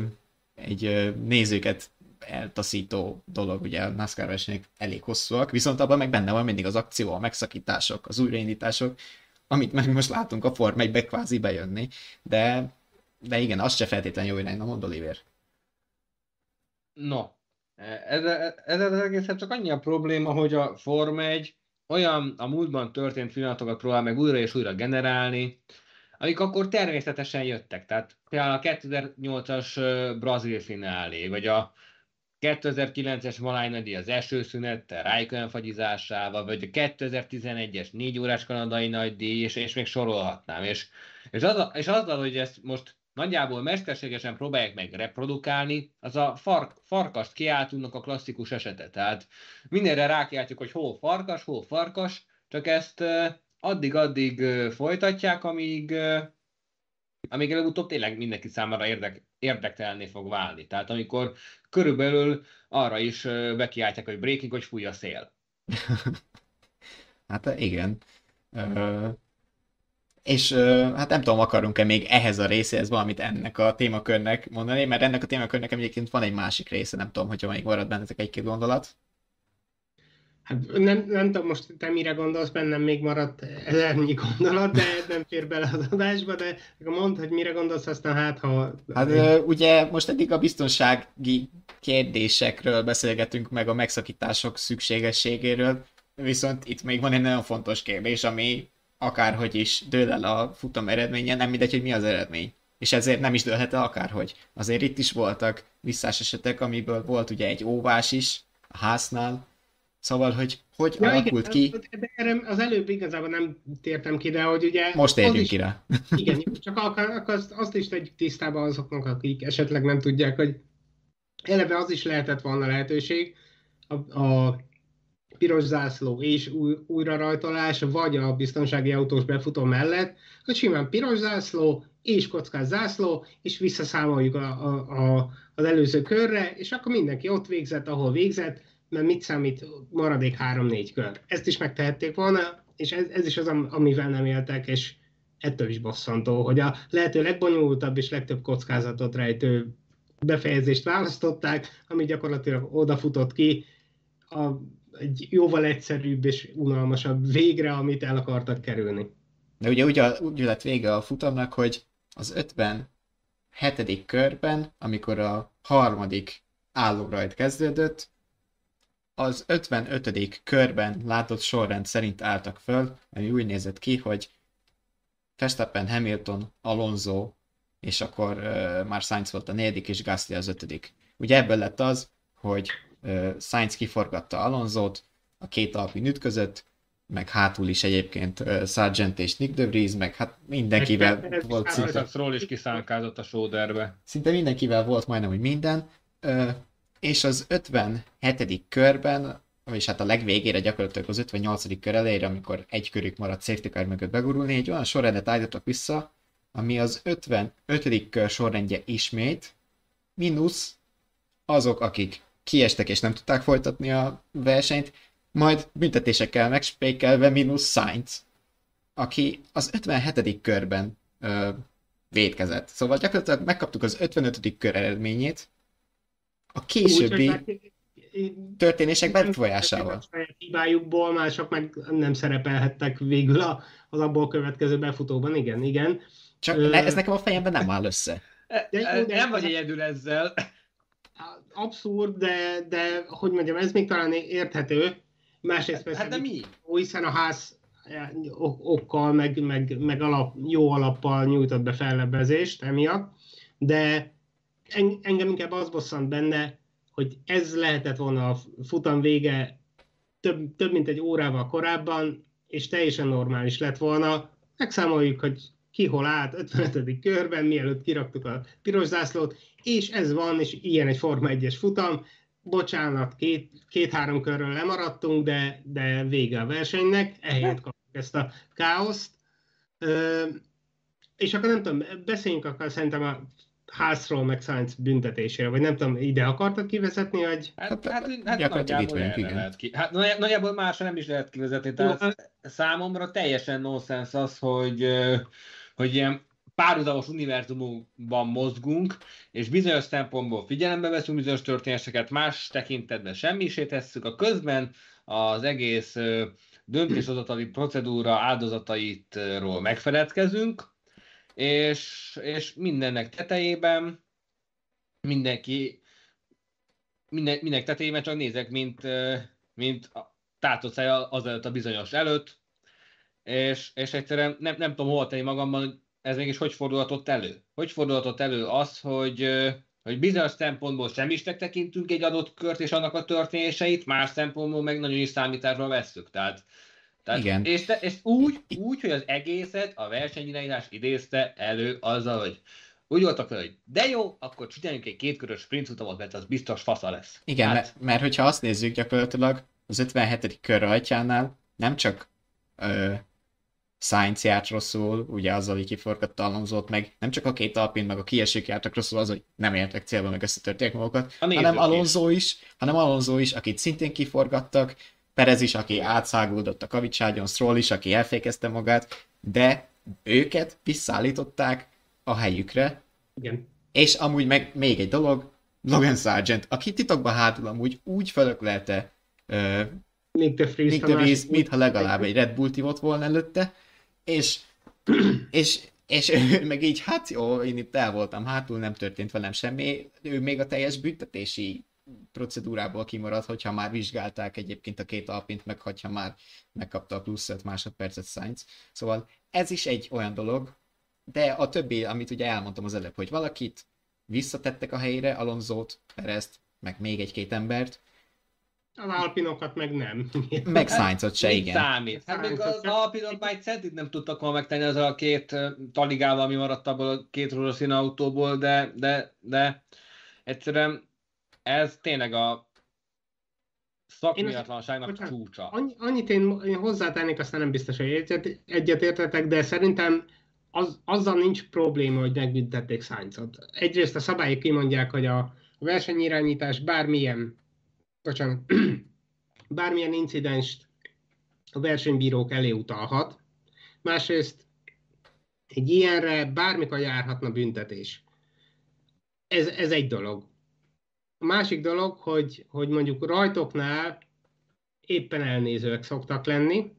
egy nézőket eltaszító dolog, ugye a NASCAR versenyek elég hosszúak, viszont abban meg benne van mindig az akció, a megszakítások, az újraindítások, amit meg most látunk a Forma egybe kvázi bejönni, de de igen, az se feltétlenül jó irányba, mond Oliver. No, ezzel, ezzel az egészen csak annyi a probléma, hogy a Forma egy olyan a múltban történt pillanatokat próbál meg újra és újra generálni, amik akkor természetesen jöttek. Tehát például a kétezer-nyolcas brazil finálé, vagy a kétezer-kilences Maláj Nagydíj az esőszünettel, Raikkonen fagyizásával, vagy a kétezer-tizenegyes négy órás kanadai nagydíj, és, és még sorolhatnám. És, és, az, és azzal, hogy ezt most nagyjából mesterségesen próbálják meg reprodukálni, az a fark, farkast kiáltunknak a klasszikus esete. Tehát mindenre rákiáltjuk, hogy hol farkas, hol farkas, csak ezt addig-addig folytatják, amíg, amíg előbb-utóbb tényleg mindenki számára érdek, érdektelné fog válni. Tehát amikor körülbelül arra is bekiáltják, hogy breaking, hogy fúj a szél. Hát igen. Ö, és ö, hát nem tudom, akarunk-e még ehhez a részéhez valamit ennek a témakörnek mondani, mert ennek a témakörnek egyébként van egy másik része, nem tudom, hogyha még marad bennetek egy-két gondolat. Hát nem, nem tudom, most te mire gondolsz, bennem még maradt ezernyi gondolat, de nem fér bele az adásba, de mondd, hogy mire gondolsz, aztán hát, ha... Hát ö, ugye most eddig a biztonsági kérdésekről beszélgetünk, meg a megszakítások szükségességéről, viszont itt még van egy nagyon fontos kérdés, ami akárhogy is dől el a futam eredménye, nem mindegy, hogy mi az eredmény. És ezért nem is dőlhet el akárhogy. Azért itt is voltak visszás esetek, amiből volt ugye egy óvás is a háznál. Szóval, hogy hogy ja, alakult igen, ki... De erre az előbb igazából nem tértem ki, de hogy ugye... Most térjünk ki rá. Igen, csak azt, azt is tegyük tisztában azoknak, akik esetleg nem tudják, hogy eleve az is lehetett volna lehetőség, a, a piros zászló és új, újra rajtolás, vagy a biztonsági autós befutó mellett, hogy simán piros zászló és kockás zászló, és visszaszámoljuk a, a, a, az előző körre, és akkor mindenki ott végzett, ahol végzett, mert mit számít maradék három-négy kör. Ezt is megtehették volna, és ez, ez is az, amivel nem éltek, és ettől is bosszantó, hogy a lehető legbonyolultabb és legtöbb kockázatot rejtő befejezést választották, ami gyakorlatilag odafutott ki a, egy jóval egyszerűbb és unalmasabb végre, amit el akartak kerülni. De ugye úgy, úgy lett vége a futamnak, hogy az ötvenhetedik körben, amikor a harmadik állórajt kezdődött, az ötvenötödik körben látott sorrend szerint álltak föl, ami úgy nézett ki, hogy Verstappen, Hamilton, Alonso, és akkor uh, már Sainz volt a negyedik, és Gasly az ötödik. Ugye ebből lett az, hogy uh, Sainz kiforgatta Alonsót a két alpin ütközött, meg hátul is egyébként uh, Sargent és Nick de Vries, meg hát mindenkivel ez volt ez szinte... Ról is kiszánkázott a sóderbe. Szinte mindenkivel volt majdnem, hogy minden. Uh, és az ötvenhetedik körben, és hát a legvégére gyakorlatilag az ötvennyolcadik kör elejére, amikor egy körük maradt safety car mögött begurulni, egy olyan sorrendet állítottak vissza, ami az ötvenötödik kör sorrendje ismét, mínusz azok, akik kiestek és nem tudták folytatni a versenyt, majd büntetésekkel megspékelve mínusz Sainz, aki az ötvenhetedik körben ö, vétkezett. Szóval gyakorlatilag megkaptuk az ötvenötödik kör eredményét, a későbbi úgy, történések befolyásával. Hibájukból mások meg nem szerepelhettek végül az abból következő befutóban, igen, igen. Csak Ö... ne, ez nekem a fejemben nem áll össze. De, de, de nem vagy egyedül ezzel. Abszurd, de, de hogy mondjam, ez még talán érthető. Másrészt persze, hát de mi? Hiszen a ház okkal, meg, meg, meg alap, jó alappal nyújtott be fellebbezést emiatt, de engem inkább az bosszant benne, hogy ez lehetett volna a futam vége több, több mint egy órával korábban, és teljesen normális lett volna. Megszámoljuk, hogy ki hol állt ötvenötödik körben, mielőtt kiraktuk a piros zászlót, és ez van, és ilyen egy Forma egyes futam. Bocsánat, két, két-három körről lemaradtunk, de, de vége a versenynek, ehelyett kapjuk ezt a káoszt. Ö, és akkor nem tudom, beszéljünk akkor szerintem a házról, meg Sainz büntetésére, vagy nem tudom, ide akartad kivezetni, hogy... Hát, hát, hát nagyjából vagyunk, igen. Lehet ki. Hát nagyjából másra nem is lehet kivezetni, tehát Jó, számomra teljesen nonsens az, hogy, hogy ilyen párhuzamos univerzumban mozgunk, és bizonyos szempontból figyelembe veszünk bizonyos történéseket, más tekintetben semmisé tesszük, a közben az egész döntéshozatali procedúra áldozataitról megfeledkezünk, és, és mindennek tetejében, mindenki, minden, mindennek tetejében csak nézek, mint, mint a tátott szája azelőtt a bizonyos előtt, és, és egyszerűen nem, nem tudom hol tenni magamban, hogy ez mégis hogy fordulhatott elő. Hogy fordulhatott elő az, hogy, hogy bizonyos szempontból semmisnek tekintünk egy adott kört és annak a történéseit, más szempontból meg nagyon is számításra vesszük. Tehát, tehát Igen. És, te, és úgy, úgy, hogy az egészet a versenyirányítás idézte elő azzal, hogy úgy voltak vele, hogy de jó, akkor csináljunk egy kétkörös sprintfutamot, mert az biztos fasza lesz. Igen, hát, mert, mert hogyha azt nézzük gyakorlatilag, az ötvenhetedik kör rajtjánál nem csak ö, Sainz járt rosszul, ugye azzal, hogy kiforgatta Alonsót, meg nem csak a két Alpin, meg a kiesők jártak rosszul az, hogy nem értek célba, meg összetörték magukat, hanem Alonso is. is, hanem Alonso is, akit szintén kiforgattak, Perez is, aki átszáguldott a kavicságyon, Stroll is, aki elfékezte magát, de őket visszaállították a helyükre. Igen. És amúgy meg még egy dolog, Logan Sargent, aki titokban hátul amúgy úgy fölöklelte uh, Nick de Vries, Nick de Vries, mintha legalább egy Red Bull tivott volna előtte, és, és, és ő meg így, hát jó, én itt el voltam hátul, nem történt velem semmi, ő még a teljes büntetési procedúrából kimaradt, hogyha már vizsgálták egyébként a két Alpint, meg hogyha már megkapta a plusz öt másodpercet Sainz. Szóval ez is egy olyan dolog, de a többi, amit ugye elmondtam az előbb, hogy valakit visszatettek a helyére, Alonsót, Perezt, meg még egy-két embert, az alpinokat meg nem. meg Sainzot se, igen. Számít. Hát még az alpinok már egy centit nem tudtak volna megtenni ezzel a két taligával, ami maradt abból a két rózsaszín autóból, de, de, de egyszerűen ez tényleg a szakmiatlanságnak Bocsánat, csúcsa. Annyi, annyit én, én hozzátennék, aztán nem biztos, hogy egyet, egyetértetek, de szerintem az, azzal nincs probléma, hogy megbüntették Sainzot. Egyrészt a szabályok kimondják, hogy a, a versenyirányítás bármilyen, bocsánat, bármilyen incidenst a versenybírók elé utalhat. Másrészt egy ilyenre bármikor járhatna büntetés. Ez, ez egy dolog. A másik dolog, hogy, hogy mondjuk rajtoknál éppen elnézőek szoktak lenni.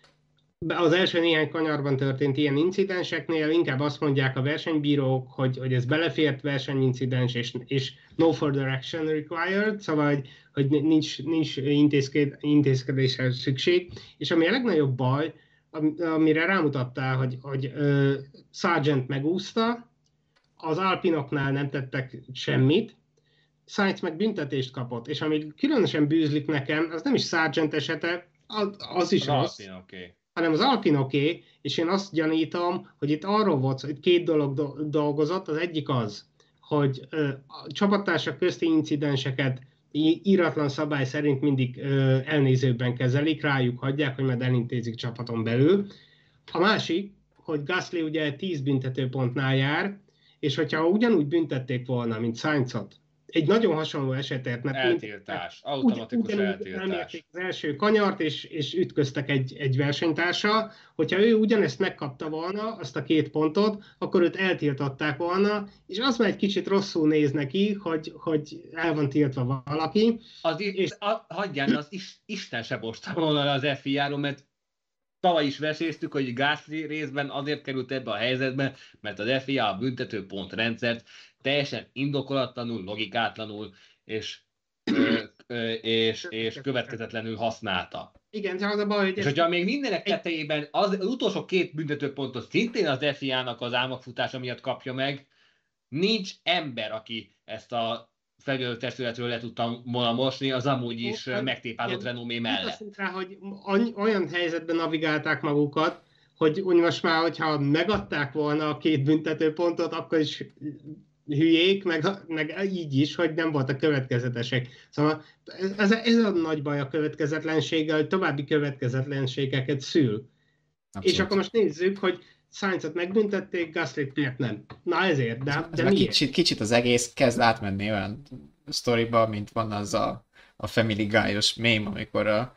Az első néhány kanyarban történt ilyen incidenseknél inkább azt mondják a versenybírók, hogy, hogy ez belefért versenyincidens, és, és no further action required, szóval hogy, hogy nincs, nincs intézked, intézkedésre szükség. És ami a legnagyobb baj, amire rámutattál, hogy, hogy uh, Sargent megúszta, az alpinoknál nem tettek semmit, Sainz meg büntetést kapott, és ami különösen bűzlik nekem, az nem is Sargent esete, az, az is az rossz, Alpin, okay. hanem az Alpin oké, okay, és én azt gyanítom, hogy itt arról volt, hogy két dolog do- dolgozott, az egyik az, hogy ö, a csapattársak közti incidenseket íratlan szabály szerint mindig ö, elnézőben kezelik, rájuk hagyják, hogy majd elintézik csapaton belül. A másik, hogy Gasly ugye tíz büntetőpontnál jár, és hogyha ugyanúgy büntették volna, mint Sainzot, egy nagyon hasonló esetért, mert eltiltás, automatikus úgy, eltiltás. Elmérték az első kanyart, és, és ütköztek egy, egy versenytársal. Hogyha ő ugyanezt megkapta volna, azt a két pontot, akkor őt eltiltották volna, és az már egy kicsit rosszul néz neki, hogy, hogy el van tiltva valaki. Az és... a, hagyján, az is, Isten se bosta volna az ef i á-ról, mert tavaly is veséztük, hogy Gasly részben azért került ebbe a helyzetbe, mert az ef i á a büntető pontrendszert teljesen indokolatlanul, logikátlanul és, ö, ö, és, és következetlenül használta. Igen, csak az a baj, hogy... És hogyha még mindenek tetejében az, az utolsó két büntetőpontot szintén az ef i á-nak az álmokfutása miatt kapja meg, nincs ember, aki ezt a felügyelő testületről le tudtam volna mosni, az amúgy is megtépázott renomé mellett. Azt rá, hogy olyan helyzetben navigálták magukat, hogy úgy most már, hogyha megadták volna a két büntetőpontot, akkor is hülyék, meg, meg így is, hogy nem voltak következetesek. Szóval ez, ez a nagy baj a következetlenséggel, hogy további következetlenségeket szül. Abszolút. És akkor most nézzük, hogy Sainzot megbüntették, Gaslyt miért nem. Na ezért, de, de miért? Kicsit, kicsit az egész kezd átmenni olyan sztoriba, mint van az a, a Family Guy-os mém, amikor a,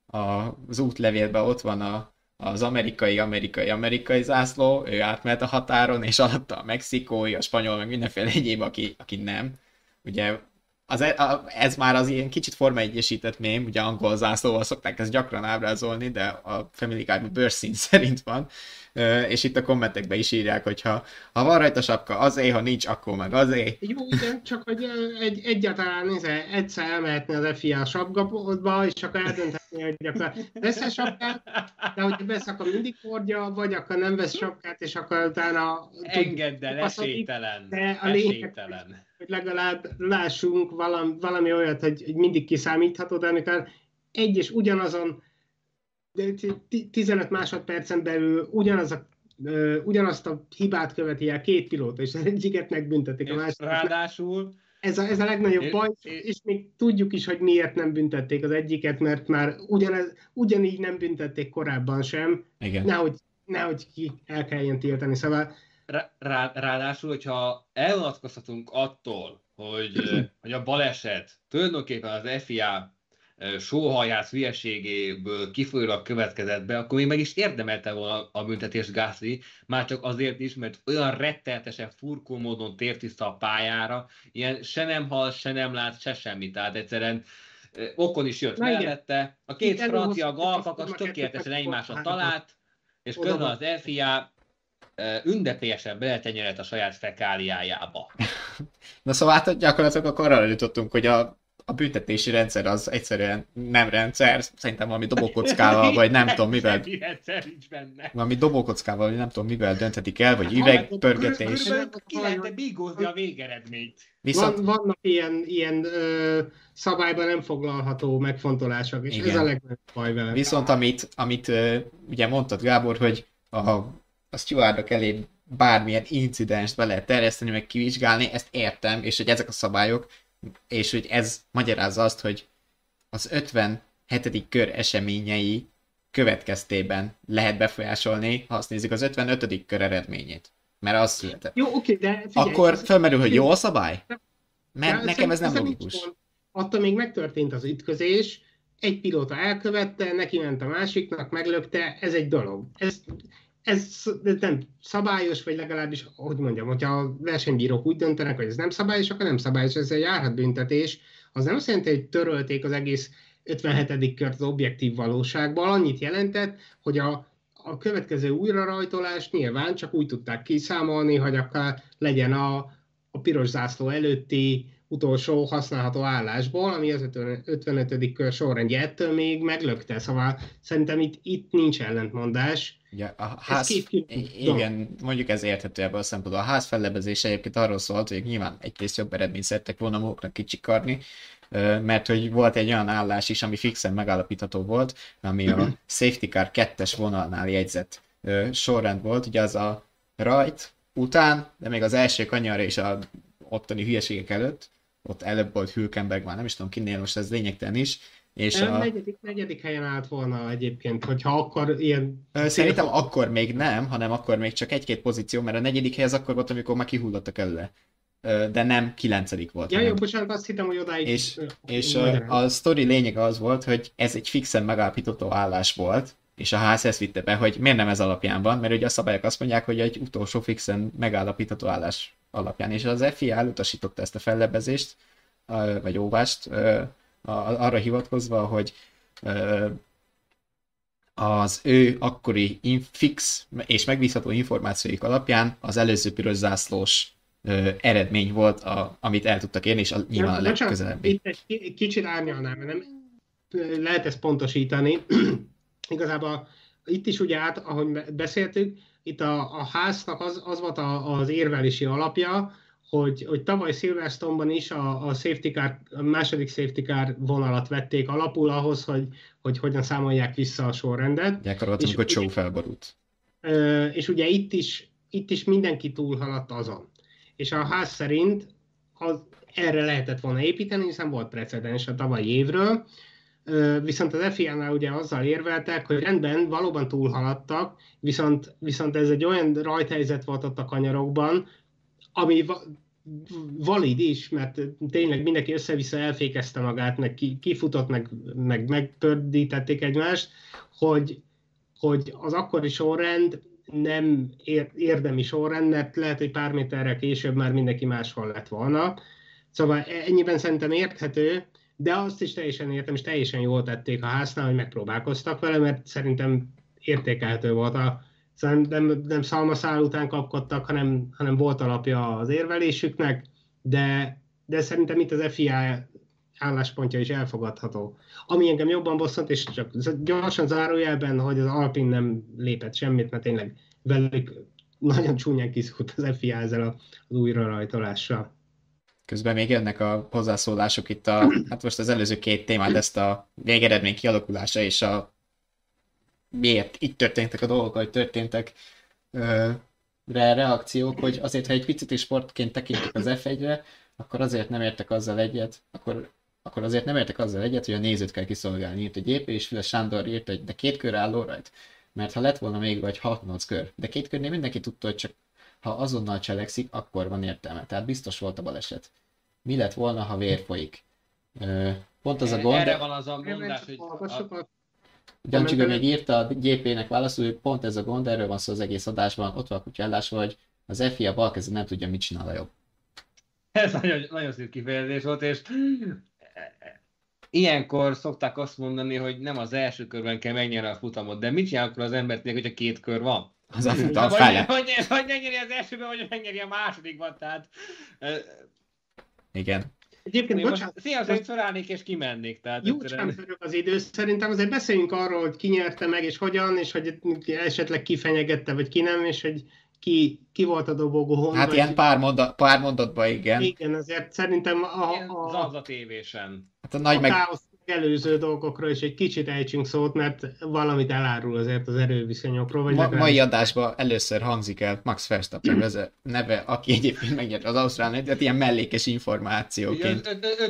a, az útlevélben ott van a az amerikai, amerikai, amerikai zászló, ő átment a határon, és alatta a mexikói, a spanyol, meg mindenféle egyéb, aki, aki nem. Ugye az, a, ez már az ilyen kicsit Forma egyesített mém, ugye angol zászlóval szokták ezt gyakran ábrázolni, de a Family Guy-ban bőrszín szerint van, és itt a kommentekben is írják, hogy ha, ha van rajta sapka, azé, ha nincs, akkor meg azé. Jó, igen, csak hogy egy, egyáltalán nézze, egyszer elmehetni az ef i á sapkapodba, és akkor eldönthetni, hogy akkor vesz-e sapkát, de hogyha vesz, akkor mindig hordja, vagy akkor nem vesz sapkát, és akkor utána... Engedd el, esélytelen, de a lényeg, esélytelen. Hogy legalább lássunk valami, valami olyat, hogy, hogy mindig kiszámítható, de amikor egy és ugyanazon tizenöt másodpercen belül ugyanaz a, uh, ugyanazt a hibát követi el két pilóta, és az egyiket megbüntetik, a másikat. Ráadásul... Ez a, ez a legnagyobb baj, és, és még tudjuk is, hogy miért nem büntették az egyiket, mert már ugyanez, ugyanígy nem büntették korábban sem. Igen. Nehogy, nehogy ki el kelljen tiltani, szóval... Rá, rá, ráadásul, hogyha elvonatkoztatunk attól, hogy, hogy a baleset tulajdonképpen az ef i á sóhajház hülyeségéből kifolyólag következett be, akkor még meg is érdemelte volna a büntetést Gasly, már csak azért is, mert olyan rettenetesen furkó módon tért vissza a pályára, ilyen se nem hall, se nem lát, se semmi, tehát egyszerűen okon is jött mellette, a két francia galkakas tökéletesen egymásra talált, és közben az ef i á ünnepélyesen beletenyerett a saját fekáliájába. Na szóval hát gyakorlatilag akkor arra jutottunk, hogy a a büntetési rendszer az egyszerűen nem rendszer, szerintem valami dobókockával, vagy nem tudom mivel. Valami dobókockával, vagy nem tudom mivel dönthetik el, vagy üvegpörgetés. Ki lehetne bígózni a végeredményt. Viszont... Van, vannak ilyen, ilyen ö, szabályban nem foglalható megfontolások, és igen. Ez a legnagyobb baj vele. Viszont amit, amit ö, ugye mondtad Gábor, hogy a, a stewardok elé bármilyen incidenst be lehet terjeszteni, meg kivizsgálni, ezt értem, és hogy ezek a szabályok, és hogy ez magyarázza azt, hogy az ötvenhetedik kör eseményei következtében lehet befolyásolni, ha azt nézzük, az ötvenötödik kör eredményét. Mert az született. Jó, oké, de figyelj, akkor ez, felmerül, hogy jó a szabály? Mert de nekem ez nem logikus. Attól még megtörtént az ütközés, egy pilóta elkövette, neki ment a másiknak, meglökte, ez egy dolog. Ez, ez nem szabályos, vagy legalábbis, hogy mondjam, hogyha a versenybírók úgy döntenek, hogy ez nem szabályos, akkor nem szabályos, ez egy járhat büntetés. Az nem azt jelenti, hogy törölték az egész ötvenhetedik kört az objektív valóságból, annyit jelentett, hogy a, a következő újrarajtolás nyilván csak úgy tudták kiszámolni, hogy akkor legyen a, a piros zászló előtti utolsó használható állásból, ami az ötvenötödik kör sorrendje. Ettől még meglökte, szóval szerintem itt, itt nincs ellentmondás. Ja, a ház, igen, mondjuk ez érthető ebből a szempontból. A ház fellebezése egyébként arról szólt, hogy nyilván egyrészt jobb eredményt szerettek volna maguknak kicsikarni, mert hogy volt egy olyan állás is, ami fixen megállapítható volt, ami a safety car kettes vonalnál jegyzett sorrend volt, ugye az a rajt után, de még az első kanyar és a ottani hülyeségek előtt, ott előbb volt Hülkenberg, már nem is tudom kinél, most ez lényegtelen is. És a... negyedik, negyedik helyen állt volna egyébként, hogyha akkor ilyen... Szerintem célfog... akkor még nem, hanem akkor még csak egy-két pozíció, mert a negyedik hely az akkor volt, amikor már kihullottak előle. De nem kilencedik volt. Ja, jó, bocsánat, azt hittem, hogy odáig... És, és a, a sztori lényege az volt, hogy ez egy fixen megállapítható állás volt, és a ház ezt vitte be, hogy miért nem ez alapján van, mert ugye a szabályok azt mondják, hogy egy utolsó fixen megállapítható állás alapján, és az ef i á elutasította ezt a fellebezést, vagy óvást, arra hivatkozva, hogy az ő akkori fix és megbízható információik alapján az előző piros zászlós eredmény volt, a, amit el tudtak érni, és a, nyilván a legközelebbi. Itt egy kicsit árnyalnám, mert nem lehet ezt pontosítani. Igazából itt is ugye át, ahogy beszéltük, itt a, a háznak az, az volt a, az érvelési alapja, hogy, hogy tavaly Silverstone-ban is a, a, safety car, a második safety car vonalat vették alapul ahhoz, hogy, hogy hogyan számolják vissza a sorrendet. Gyakorlatilag, hogy show felborult. És ugye itt is, itt is mindenki túlhaladt azon. És a ház szerint az, erre lehetett volna építeni, hiszen volt precedens a tavalyi évről, viszont az ef i á-nál ugye azzal érveltek, hogy rendben, valóban túlhaladtak, viszont, viszont ez egy olyan rajthelyzet volt ott a kanyarokban, ami va- valid is, mert tényleg mindenki össze-vissza elfékezte magát, meg kifutott, meg, meg megpördítették egymást, hogy, hogy az akkori sorrend nem ér- érdemi sorrend, mert lehet, hogy pár méterrel később már mindenki máshol lett volna. Szóval ennyiben szerintem érthető, de azt is teljesen értem, és teljesen jól tették a háznál, hogy megpróbálkoztak vele, mert szerintem értékelhető volt. A, nem, nem szalmaszál után kapkodtak, hanem, hanem volt alapja az érvelésüknek, de, de szerintem itt az ef i á álláspontja is elfogadható. Ami engem jobban bosszant, és csak gyorsan zárójelben, hogy az Alpine nem lépett semmit, mert tényleg velük nagyon csúnyán kiszúrt az ef i á ezzel az újrarajtolással. Közben még jönnek a hozzászólások itt a, hát most az előző két témát, ezt a végeredmény kialakulása és a miért itt történtek a dolgok, hogy történtek ö, re reakciók, hogy azért, ha egy picit is sportként tekintjük az ef egyre, akkor azért nem értek azzal egyet, akkor, akkor azért nem értek azzal egyet, hogy a nézőt kell kiszolgálni. Írt egy gé pé, és Füles Sándor írt, hogy de két kör álló rajt. Mert ha lett volna még vagy hat-nyolc kör, de két körnél mindenki tudta, hogy csak ha azonnal cselekszik, akkor van értelme. Tehát biztos volt a baleset. Mi lett volna, ha vér folyik? Pont az a gond... Erre van az a mondás, hogy... A... Gyancsiga még írta a gé pének válaszul, hogy pont ez a gond, erről van szó az egész adásban, ott van a kutya ellásva, hogy az ef i á bal keze nem tudja, mit csinál a jobb. Ez nagyon, nagyon szép kifejezés volt, és ilyenkor szokták azt mondani, hogy nem az első körben kell megnyerni a futamot, de mit csinál akkor az embernek, hogyha két kör van? Az a futam fele. Vagy, vagy, vagy megnyeri az elsőben, vagy megnyeri a másodikban, tehát... Igen. Egyébként, bocsánat. Szia, hogy felállnék és kimennék. Tehát jó sem pörög az idő. Szerintem azért beszéljünk arról, hogy ki nyerte meg, és hogyan, és hogy esetleg ki fenyegette, vagy ki nem, és hogy ki, ki volt a dobogón. Hát vagy... ilyen pár, mondat, pár mondatban, igen. Igen, azért szerintem a... a... Zazatévésen. Hát a nagy a meg... káosz előző dolgokról is egy kicsit ejtsünk szót, mert valamit elárul azért az erőviszonyokról. Vagy Ma, legalább... mai adásban először hangzik el Max Verstappen neve, aki egyébként megnyerte az ausztrál nagydíjat, tehát ilyen mellékes információként.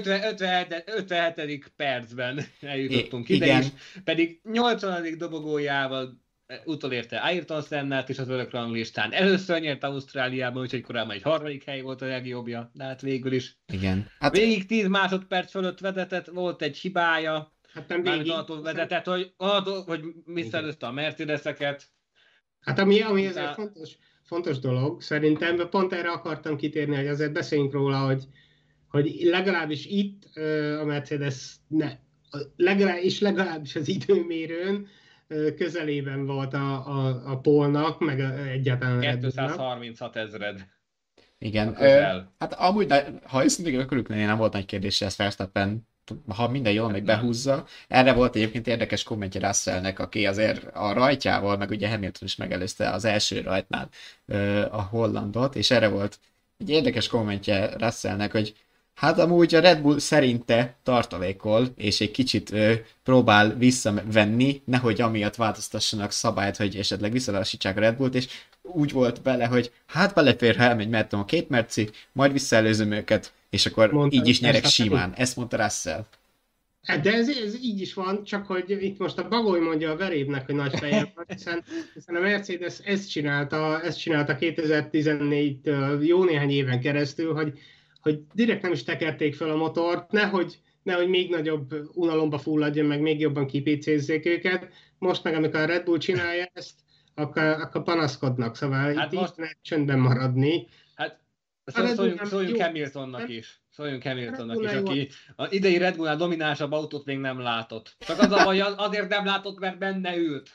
ötvenhetedik percben eljutottunk I- ide igen. is, pedig nyolcvanadik dobogójával utolérte Ayrton Sennát is az örök ranglistán. Először nyert Ausztráliában, úgyhogy korábban egy harmadik hely volt a legjobbja, de hát végül is. Igen. Hát... Végig tíz másodperc fölött vezetett, volt egy hibája. Hát nem végig. Attól vezetett, hogy, attól, hogy visszaelőzte a Mercedeseket. Hát ami, ami ezért fontos, fontos dolog, szerintem, pont erre akartam kitérni, hogy azért beszéljünk róla, hogy, hogy legalábbis itt a Mercedes, ne, legalább, és legalábbis az időmérőn közelében volt a, a, a Polnak, meg a, egyáltalán a kétszázharminchat ezred. Igen. Ö, hát amúgy, ha őszintén akarjuk lenni, nem volt nagy kérdés, ez Verstappen, ha minden jól még behúzza. Erre volt egyébként érdekes kommentje Russellnek, aki azért a rajtjával, meg ugye Hamilton is megelőzte az első rajtnál a hollandot, és erre volt egy érdekes kommentje Russellnek, hogy hát amúgy a Red Bull szerinte tartalékol, és egy kicsit ö, próbál visszavenni, nehogy amiatt változtassanak szabályt, hogy esetleg visszalassítsák a Red Bullt, és úgy volt bele, hogy hát belefér, ha elmegy, mert a két merci, majd visszaelőzöm őket, és akkor mondta, így is nyerek simán. Ezt mondta Russell. De ez, ez így is van, csak hogy itt most a Bagoly mondja a verébnek, hogy nagy fejem van, hiszen, hiszen a Mercedes ezt csinálta, ezt csinálta kétezer-tizennégytől jó néhány éven keresztül, hogy hogy direkt nem is tekerték fel a motort, nehogy, nehogy még nagyobb unalomba fulladjon, meg még jobban kipécézzék őket. Most meg, amikor a Red Bull csinálja ezt, akkor, akkor panaszkodnak, szóval hát itt most... így csöndben maradni. Hát szóljunk, szóljunk Hamiltonnak is. Szóljunk Hamiltonnak is, aki az idei Red Bullnál dominánsabb autót még nem látott. Csak az a baj, azért nem látott, mert benne ült.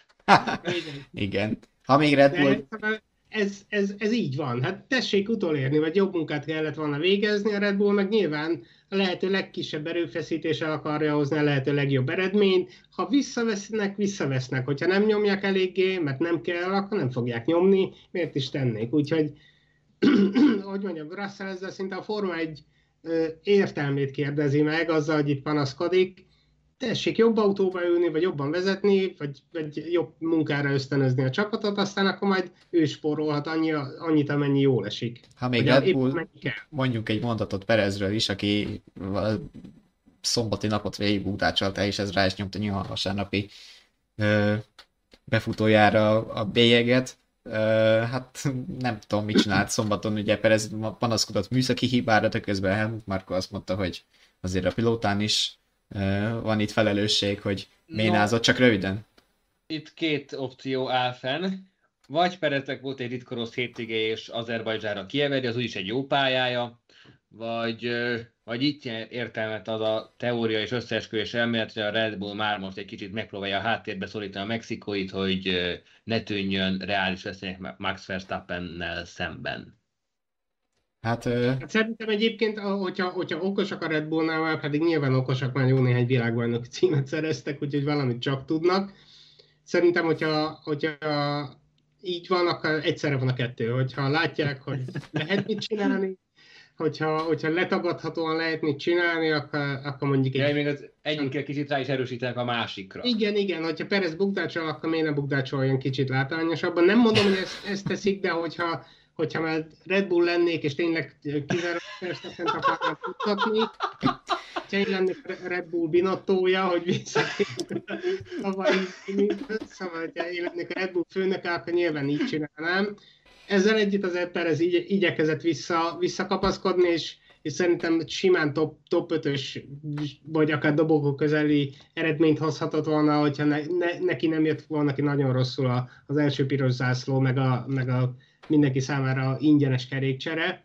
Igen. Ha még Red Bull... De, Ez, ez, ez így van. Hát tessék utolérni, vagy jobb munkát kellett volna végezni, a Red Bull meg nyilván a lehető legkisebb erőfeszítéssel akarja hozni a lehető legjobb eredményt. Ha visszavesznek, visszavesznek. Hogyha nem nyomják eléggé, mert nem kell, akkor nem fogják nyomni. Miért is tennék? Úgyhogy, hogy mondjam, Russell ezzel szinte a Forma egy értelmét kérdezi meg, azzal, hogy itt panaszkodik. Tessék jobb autóba ülni, vagy jobban vezetni, vagy, vagy jobb munkára ösztönözni a csapatot, aztán akkor majd ő spórolhat annyi, annyit, amennyi jól esik. Ha még Red Bull, mondjuk egy mondatot Perezről is, aki szombati napot végig útácsolta, és ez rá is nyomta nyilván a vasárnapi ö, befutójára a bélyeget. Ö, hát nem tudom, mit csinált szombaton, ugye Perez panaszkodott műszaki hibára, de közben Helmut Marko azt mondta, hogy azért a pilótán is Uh, van itt felelősség, hogy ménázott, no, csak röviden. Itt két opció áll fenn. Vagy Pereznek volt egy ritka rossz hétvége, és Azerbajdzsánra kieveri, az úgyis egy jó pályája. vagy, vagy itt értelmet az a teória és összeesküvés elmélet, hogy a Red Bull már most egy kicsit megpróbálja a háttérbe szorítani a mexikóit, hogy ne tűnjön reális veszélynek Max Verstappennel szemben. Hát, ö... hát szerintem egyébként, hogyha, hogyha okosak a Red Bullnál, pedig nyilván okosak, már jó néhány világbajnoki címet szereztek, úgyhogy valamit csak tudnak. Szerintem, hogyha, hogyha így van, akkor egyszerre van a kettő. Hogyha látják, hogy lehet mit csinálni, hogyha, hogyha letagadhatóan lehet mit csinálni, akkor, akkor mondjuk egy... egy... még az egyikkel kicsit rá is erősítenek a másikra. Igen, igen, hogyha Perez bukdácsol, akkor miért ne bukdácsoljon kicsit látványosabban. Nem mondom, hogy ezt, ezt teszik, de hogyha, hogyha már Red Bull lennék, és tényleg kizárólag Verstappent akarnám futtatni, ha én lennék Red Bull binottója, hogy visszatérjük a tavalyi színűt, szóval, hogyha én lennék a Red Bull főnök, akkor nyilván így csinálnám. Ezzel együtt azért Perez igy- igyekezett vissza, visszakapaszkodni, és, és szerintem simán top, top ötös, vagy akár dobogó közeli eredményt hozhatott volna, hogyha ne, ne, neki nem jött volna ki nagyon rosszul a, az első piros zászló, meg a, meg a mindenki számára ingyenes kerékcsere.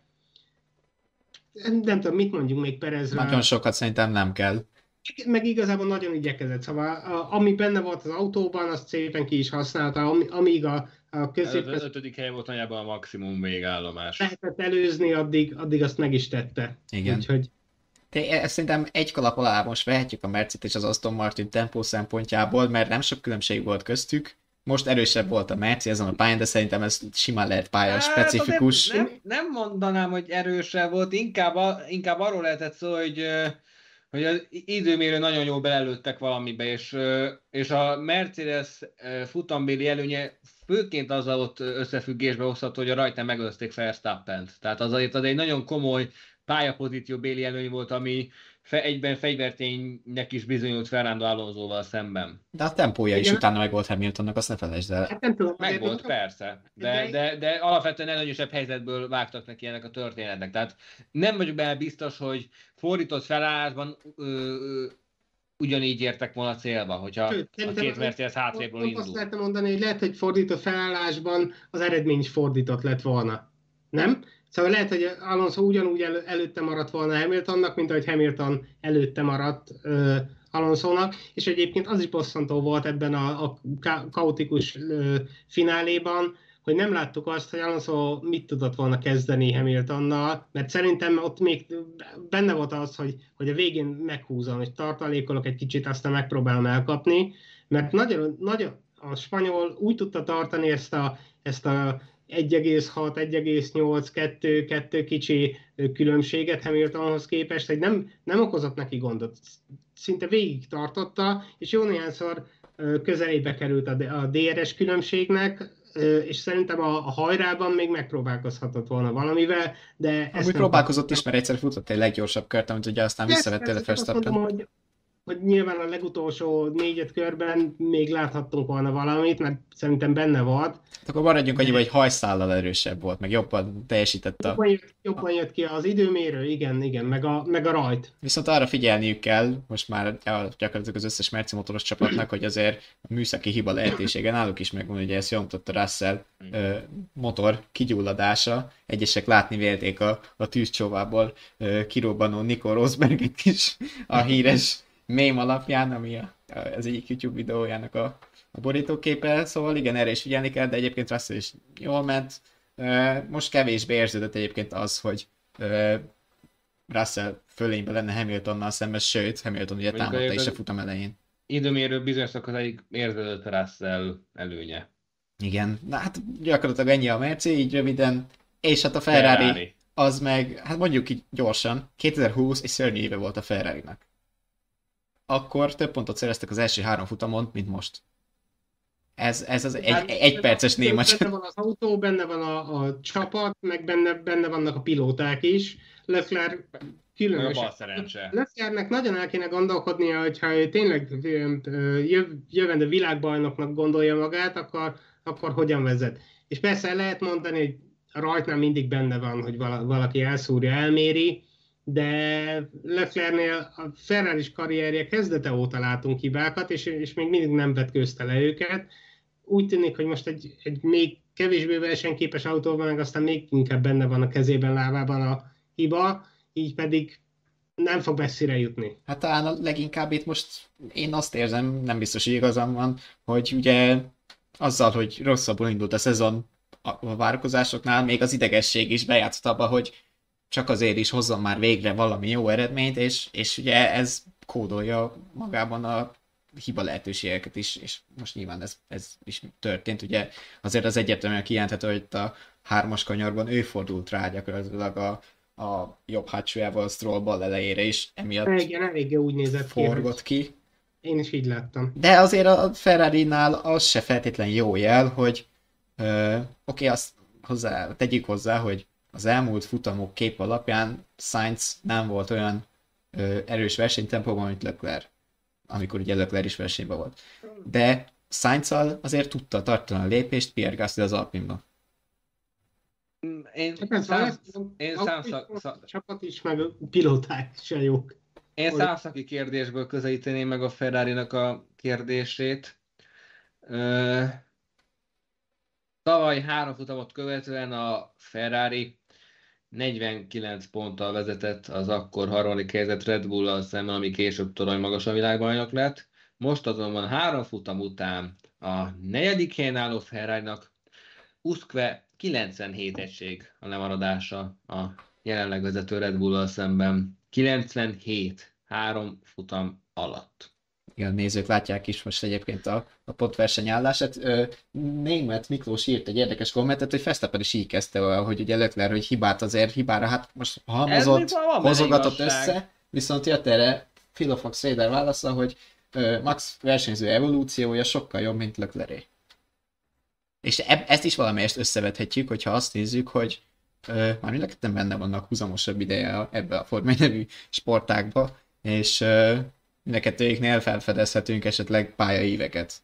Nem tudom, mit mondjuk még Perezről. Nagyon sokat szerintem nem kell. Meg igazából nagyon igyekezett, szóval a, ami benne volt az autóban, azt szépen ki is használta, ami, amíg a, a közép... Az ötödik hely volt nagyjából a maximum végállomás. Lehetett előzni, addig, addig azt meg is tette. Igen. Úgyhogy... De ezt szerintem egy kalap alá most vehetjük a Mercit és az Aston Martin tempó szempontjából, mert nem sok különbség volt köztük. Most erősebb volt a Merci ezen a pályán, de szerintem ez simán lehet pálya specifikus. Hát, nem, nem mondanám, hogy erősebb volt, inkább, a, inkább arról lehetett szó, hogy, hogy az időmérő nagyon jól belelőttek valamibe, és, és a Mercedes futambéli előnye főként azzal ott összefüggésbe hozható, hogy a rajtán megölözték Verstappent. Tehát azért az egy nagyon komoly pályapozíció béli előny volt, ami fe, egyben fegyverténynek is bizonyult Fernando Alonsóval szemben. De a tempója is Igen. utána meg volt Hamiltonnak, azt ne felejtsd el. Hát nem tudom, Meg azért volt, nem- persze, de, de- de, de alapvetően előnyösebb helyzetből vágtak neki ennek a történetnek. Tehát nem vagyok benne biztos, hogy fordított felállásban ö, ö, ugyanígy értek volna célba, hogyha Sőt, a szerintem két Mercedes hátrébről pont azt indul. lehetne mondani, hogy lehet, hogy fordított felállásban az eredmény is fordított lett volna. Nem? Szóval lehet, hogy Alonso ugyanúgy elő, előtte maradt volna Hamiltonnak, mint ahogy Hamilton előtte maradt uh, Alonsónak, és egyébként az is bosszantó volt ebben a, a ka- kaotikus uh, fináléban, hogy nem láttuk azt, hogy Alonso mit tudott volna kezdeni Hamiltonnal, mert szerintem ott még benne volt az, hogy, hogy a végén meghúzom, és tartalékolok egy kicsit, aztán megpróbálom elkapni, mert nagyon, nagyon a spanyol úgy tudta tartani ezt a, ezt a egy egész hat, egy egész nyolc, kettő, kettő kicsi különbséget Hamiltonhoz képest, hogy nem, nem okozott neki gondot. Szinte végig tartotta, és jó néhányszor közelébe került a dé er es különbségnek, és szerintem a, a hajrában még megpróbálkozhatott volna valamivel, de... Amúgy próbálkozott is, mert egyszer futott egy leggyorsabb kört, amit ugye aztán visszavett tőle Verstappen. Hogy, hogy nyilván a legutolsó négyet körben még láthattunk volna valamit, mert szerintem benne volt. Akkor maradjunk annyiba, hogy hajszállal erősebb volt, meg jobban teljesített a... Jobban jött, jobban jött ki az időmérő, igen, igen, meg a, meg a rajt. Viszont arra figyelniük kell, most már gyakorlatilag az összes Merci motoros csapatnak, hogy azért a műszaki hiba lehetősége náluk is megvan, ugye ezt jól mutatta Russell ö, motor kigyulladása. Egyesek látni vélték a, a tűzcsóvából ö, kirobbanó Nico Rosberget is a híres mém alapján, ami a, az egyik YouTube videójának a, a borítóképe, szóval igen, erre is figyelni kell, de egyébként Russell is jól ment. Most kevésbé érződött egyébként az, hogy Russell fölénybe lenne Hamiltonnal szemben, sőt, Hamilton ugye Mondjuk támadta is a az futam elején. Időmérő bizonyos szakaszaig érződött Russell előnye. Igen, na hát gyakorlatilag ennyi a Merci, így röviden, és hát a Ferrari, Ferrari. az meg, hát mondjuk így gyorsan, kétezer-húsz egy szörnyű éve volt a Ferrarinak. Akkor több pontot szereztek az első három futamon, mint most. Ez, ez az egy, Hát, egy perces néma. Benne van az autó, benne van a, a csapat, meg benne, benne vannak a pilóták is. Leclerc Meg a különösen. bal szerencse. Leclercnek nagyon el kéne gondolkodnia, hogyha ő tényleg ö, jöv, jövendő világbajnoknak gondolja magát, akkor, akkor hogyan vezet. És persze lehet mondani, hogy a rajtnál mindig benne van, hogy vala, valaki elszúrja, elméri, de Leclercnél a Ferraris karrierje kezdete óta látunk hibákat, és, és még mindig nem vetkőzte le őket. Úgy tűnik, hogy most egy, egy még kevésbé versenyképes autóban, meg aztán még inkább benne van a kezében, lábában a hiba, így pedig nem fog messzire jutni. Hát talán a leginkább itt most én azt érzem, nem biztos, hogy igazam van, hogy ugye azzal, hogy rosszabbul indult a szezon a várakozásoknál, még az idegesség is bejátszott abba, hogy csak azért is hozzon már végre valami jó eredményt, és, és ugye ez kódolja magában a hiba lehetőségeket is, és most nyilván ez, ez is történt, ugye azért az egyértelműen kijelenthető, hogy itt a hármas kanyarban ő fordult rá gyakorlatilag a, a jobb hátsójával a Stroll bal elejére is, emiatt Igen, eléggé úgy nézett ki, forgott ki. Én is így láttam. De azért a Ferrari-nál az se feltétlen jó jel, hogy ö, oké, okay, azt hozzá, tegyük hozzá, hogy az elmúlt futamok kép alapján Sainz nem volt olyan ö, erős versenytempóban, mint Leclerc, amikor ugye Leclerc is versenyben volt. De Sainz-al azért tudta tartani a lépést Pierre Gasly az Alpinban. Én, Csak ez szám, van, én az számszak, is, szak, a csapat is, meg a pilóták se jók. én számszaki kérdésből közelíteném meg a Ferrari-nak a kérdését. Ö, tavaly három futamot követően a Ferrari negyvenkilenc ponttal vezetett az akkor harmadik helyzet Red Bull-al szemben, ami később torony magasan világbajnok lett. Most azonban három futam után a negyedik helyen álló Ferrari-nak uszkve kilencvenhét egység a lemaradása a jelenleg vezető Red Bull-al szemben. kilencvenhét három futam alatt. Igen, a nézők látják is most egyébként a, a pontverseny állását. Ö, Német Miklós írt egy érdekes kommentet, hogy Verstappen is így kezdte el, hogy ugye Leclerc, hogy hibát azért hibára, hát most halmozott, hozogatott össze, viszont jött erre Filofax Raider válasza, hogy ö, Max versenyző evolúciója sokkal jobb, mint Leclerc. És eb- ezt is valamelyest összevethetjük, hogyha azt nézzük, hogy ö, már mindketten benne vannak húzamosabb ideje ebbe a Forma nevű sportágba, és ö, mind a kettőjüknél felfedezhetünk esetleg pályaíveket.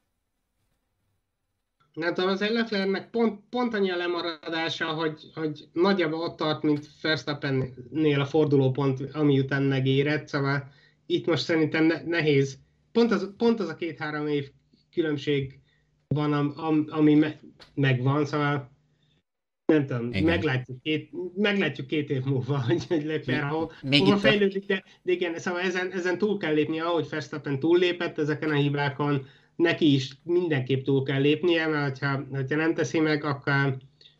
Hát az Leclercnek pont, pont annyi a lemaradása, hogy, hogy nagyjából ott tart, mint Verstappennél a fordulópont, ami után megérett, szóval itt most szerintem ne, nehéz. Pont az, pont az a két-három év különbség van, am, am, ami me, megvan, szóval nem tudom, meglátjuk két, meglátjuk két év múlva, hogy, hogy Leclerc hol, hova fejlődik, de, de igen, szóval ezen, ezen túl kell lépni, ahogy Verstappen túllépett ezeken a hibákon, neki is mindenképp túl kell lépnie, mert ha, ha nem teszi meg, akkor,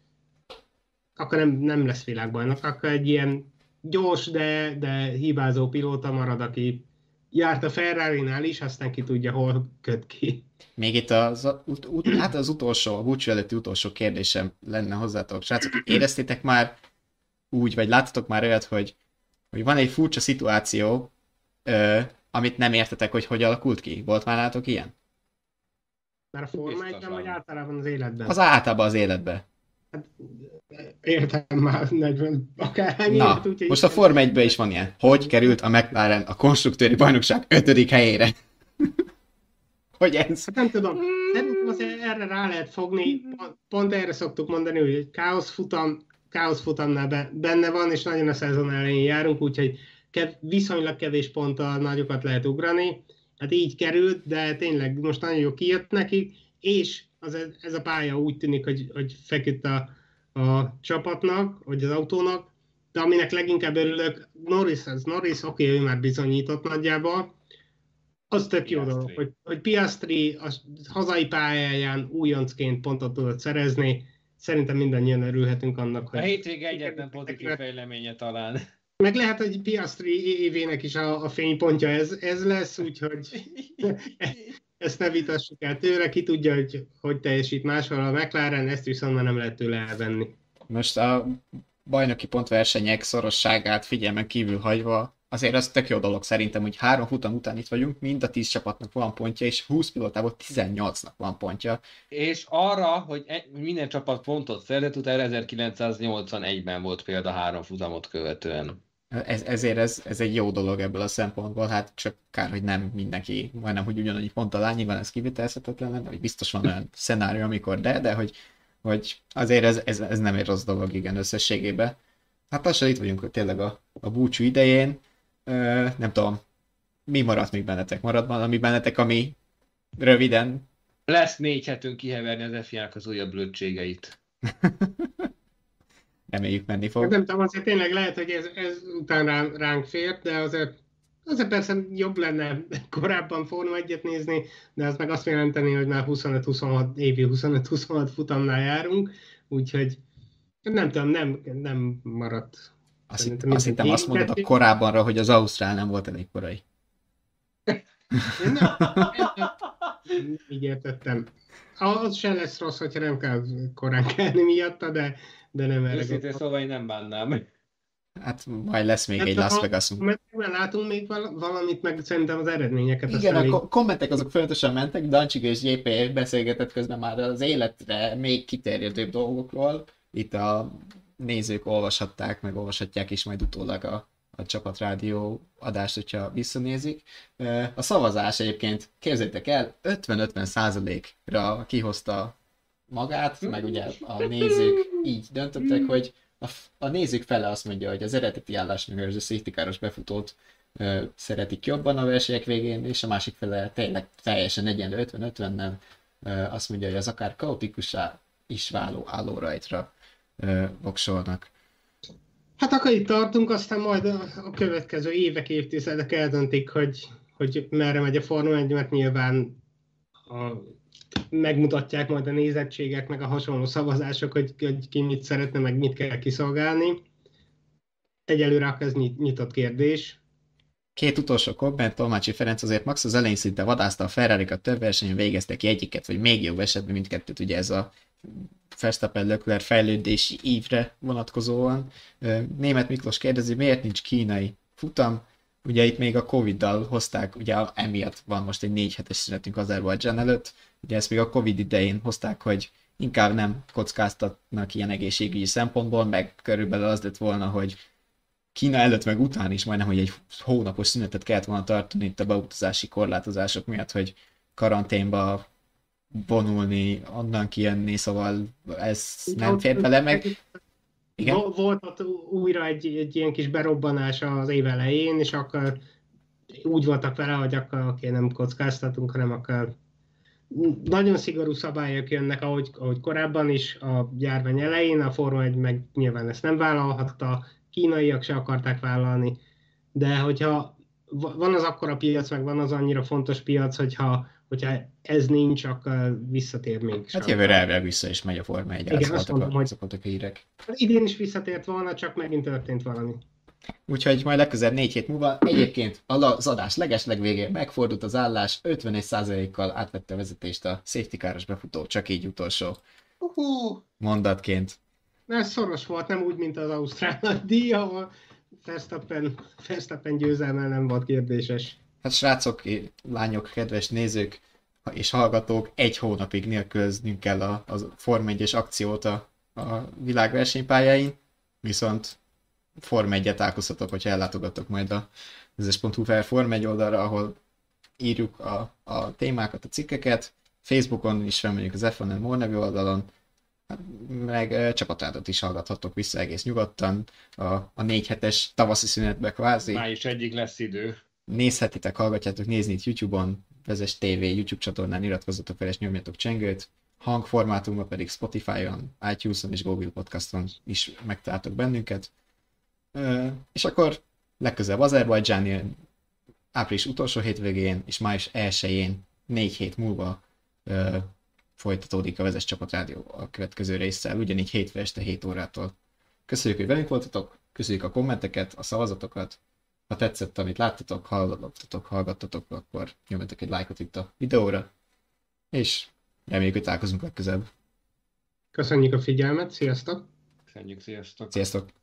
akkor nem, nem lesz világbajnok, akkor egy ilyen gyors, de, de hibázó pilóta marad, aki járt a Ferrari-nál is, aztán ki tudja, hol köt ki. Még itt az, ut, ut, hát az utolsó, a búcsú előtti utolsó kérdésem lenne hozzátok. Srácok, éreztétek már úgy, vagy láttatok már olyat, hogy, hogy van egy furcsa szituáció, ö, amit nem értetek, hogy hogy alakult ki? Volt már nálatok ilyen? Már a Forma egyben, vagy általában az életben? Az általában az életben. Hát, értem már negyven akárhány Na, évet, úgyhogy... most a Forma egyben is van ilyen. Hogy került a McLaren a konstruktőri bajnokság ötödik helyére? Hogy ez? Hát nem tudom, szerintem azért erre rá lehet fogni, pont, pont erre szoktuk mondani, hogy káosz futam, káosz futamnál benne van, és nagyon a szezon elején járunk, úgyhogy kev, viszonylag kevés ponttal nagyokat lehet ugrani. Hát így került, de tényleg most nagyon jó kijött nekik, és az, ez a pálya úgy tűnik, hogy, hogy feküdt a, a csapatnak, vagy az autónak, de aminek leginkább örülök, Norris, az Norris, oké, okay, ő már bizonyított nagyjából, az tök jó dolog, hogy, hogy Piastri a hazai pályáján újoncként pontot tudott szerezni. Szerintem mindannyian örülhetünk annak, hogy... A hétvége egyetlen pozitív fejleménye talán. Meg lehet, hogy Piastri évének is a, a fénypontja ez, ez lesz, úgyhogy ezt ne vitassuk el tőle. Ki tudja, hogy hogy teljesít máshol a McLaren, ezt viszont már nem lehet tőle elvenni. Most a bajnoki pontversenyek szorosságát figyelmen kívül hagyva, azért az tök jó dolog szerintem, hogy három futam után itt vagyunk, mind a tíz csapatnak van pontja, és húsz pilótából tizennyolcnak van pontja. És arra, hogy minden csapat pontot szerzett, utána ezerkilencszáznyolcvanegyben volt példa három futamot követően. Ez, ezért ez, ez egy jó dolog ebből a szempontból, hát csak kár, hogy nem mindenki, majdnem, hogy ugyanannyi ponttal áll, nyilván ez kivitelezhetetlen, vagy biztos van olyan szenárió, amikor de, de hogy, hogy azért ez, ez, ez nem egy rossz dolog, igen, összességében. Hát lassan itt vagyunk hogy tényleg a, a búcsú idején, Ö, nem tudom, mi maradt még bennetek? Marad valami bennetek, ami röviden? Lesz négy hetünk kiheverni az ef i á-nak az újabb blödségeit. reméljük menni fog. Nem tudom, azért tényleg lehet, hogy ez, ez után rá, ránk fér, de azért, azért persze jobb lenne korábban Forma egyet nézni, de az meg azt jelenteni, hogy már huszonöt-huszonhat évi huszonöt-huszonhat futamnál járunk, úgyhogy nem tudom, nem, nem maradt. Azt, hitt, azt hittem azt mondod a korábbanra, hogy az Ausztrál nem volt elég korai. Nem, nem, nem, így értettem. Az se lesz rossz, hogyha nem kell korán kelni miatta, de, de nem erre. Őszintén szóval én nem bánnám. Hát majd lesz még hát egy Las Vegasunk. Mert látunk még valamit, meg szerintem az eredményeket. Igen, a ko- kommentek azok folyamatosan mentek, Dancsik és jé pé beszélgetett közben már az életre még kiterjedőbb dolgokról. Itt a nézők olvashatták, meg olvashatják is majd utólag a, a Csapatrádió adást, hogyha visszanézik. A szavazás egyébként, képzeljétek el, ötven-ötven százalékra kihozta magát, meg ugye a nézők így döntöttek, hogy a, a nézők fele azt mondja, hogy az eredeti állásmegőrző safety car-os befutót ö, szeretik jobban a versenyek végén, és a másik fele tényleg teljesen egyenlő ötven-ötvennel ö, azt mondja, hogy az akár kaotikussá is váló állórajtra ö, voksolnak. Hát akkor itt tartunk, aztán majd a, a következő évek, évtizedek eldöntik, hogy, hogy merre megy a Forma egy, mert nyilván a, megmutatják majd a nézettségek, meg a hasonló szavazások, hogy, hogy ki mit szeretne, meg mit kell kiszolgálni. Egyelőre ez nyitott kérdés. Két utolsó komment, Tolmácsi Ferenc azért max az elején szinte vadászta a Ferrari-kat, több versenyen végezte ki egyiket, vagy még jobb esetben mindkettőt, ugye ez a Verstappen Leclerc fejlődési ívre vonatkozóan. Németh Miklós kérdezi, miért nincs kínai futam? Ugye itt még a Covid-dal hozták, ugye emiatt van most egy négy hetes szünetünk Azerbajdzsán előtt, ugye ezt még a Covid idején hozták, hogy inkább nem kockáztatnak ilyen egészségügyi szempontból, meg körülbelül az lett volna, hogy Kína előtt meg után is majdnem, hogy egy hónapos szünetet kellett volna tartani itt a beutazási korlátozások miatt, hogy karanténba vonulni, onnan kijönni, szóval ez nem fér bele meg. Igen? Volt ott újra egy, egy ilyen kis berobbanás az év elején, és akkor úgy voltak vele, hogy akkor oké, nem kockáztatunk, hanem akkor nagyon szigorú szabályok jönnek, ahogy, ahogy korábban is a járvány elején, a Forma egy meg nyilván ezt nem vállalhatta, kínaiak se akarták vállalni, de hogyha van az akkora piac, meg van az annyira fontos piac, hogyha, hogyha ez nincs, akkor visszatér még. Hát jövőre elvileg vissza is megy a Forma egy. Igen, azt mondom, hogy a hírek. Idén is visszatért volna, csak megint történt valami. Úgyhogy majd legközelebb négy hét múlva. Egyébként az adás legesleg végén megfordult az állás, ötvenegy százalékkal átvette a vezetést a safety car-os befutó, csak így utolsó uh-huh. mondatként. Ez szoros volt, nem úgy, mint az Ausztrál díj, ahol Verstappen, Verstappen győzelme nem volt kérdéses. Hát srácok, lányok, kedves nézők és hallgatók, egy hónapig nélkülöznünk kell a, a Forma egyes akciót a, a világ versenypályáin, viszont Forma egyet találkozhatok, hogyha ellátogatok majd a vezes pont hu per Forma egy oldalra, ahol írjuk a, a témákat, a cikkeket. Facebookon is felmegyünk az ef egy More nevű oldalon, meg e, Csapatrádiót is hallgathatok vissza egész nyugodtan a, a négy hetes tavaszi szünetbe kvázi. Május egyig lesz idő. Nézhetitek, hallgatjátok nézni itt YouTube-on, Vezes té vé YouTube csatornán, iratkozzatok fel és nyomjatok csengőt. Hangformátumban pedig Spotify-on, iTunes-on és Google Podcaston is megtaláltok bennünket. E, és akkor legközelebb Azerbajdzsán április utolsó hétvégén és május elsején, négy hét múlva e, folytatódik a Vezes Csapatrádió a következő résszel, ugyanígy hétfő este hét órától. Köszönjük, hogy velünk voltatok, köszönjük a kommenteket, a szavazatokat. Ha tetszett, amit láttatok, hallottatok, hallgattatok, akkor nyomjatok egy lájkot itt a videóra, és reméljük, hogy találkozunk legközelebb. Köszönjük a figyelmet, sziasztok! Köszönjük, sziasztok! Sziasztok!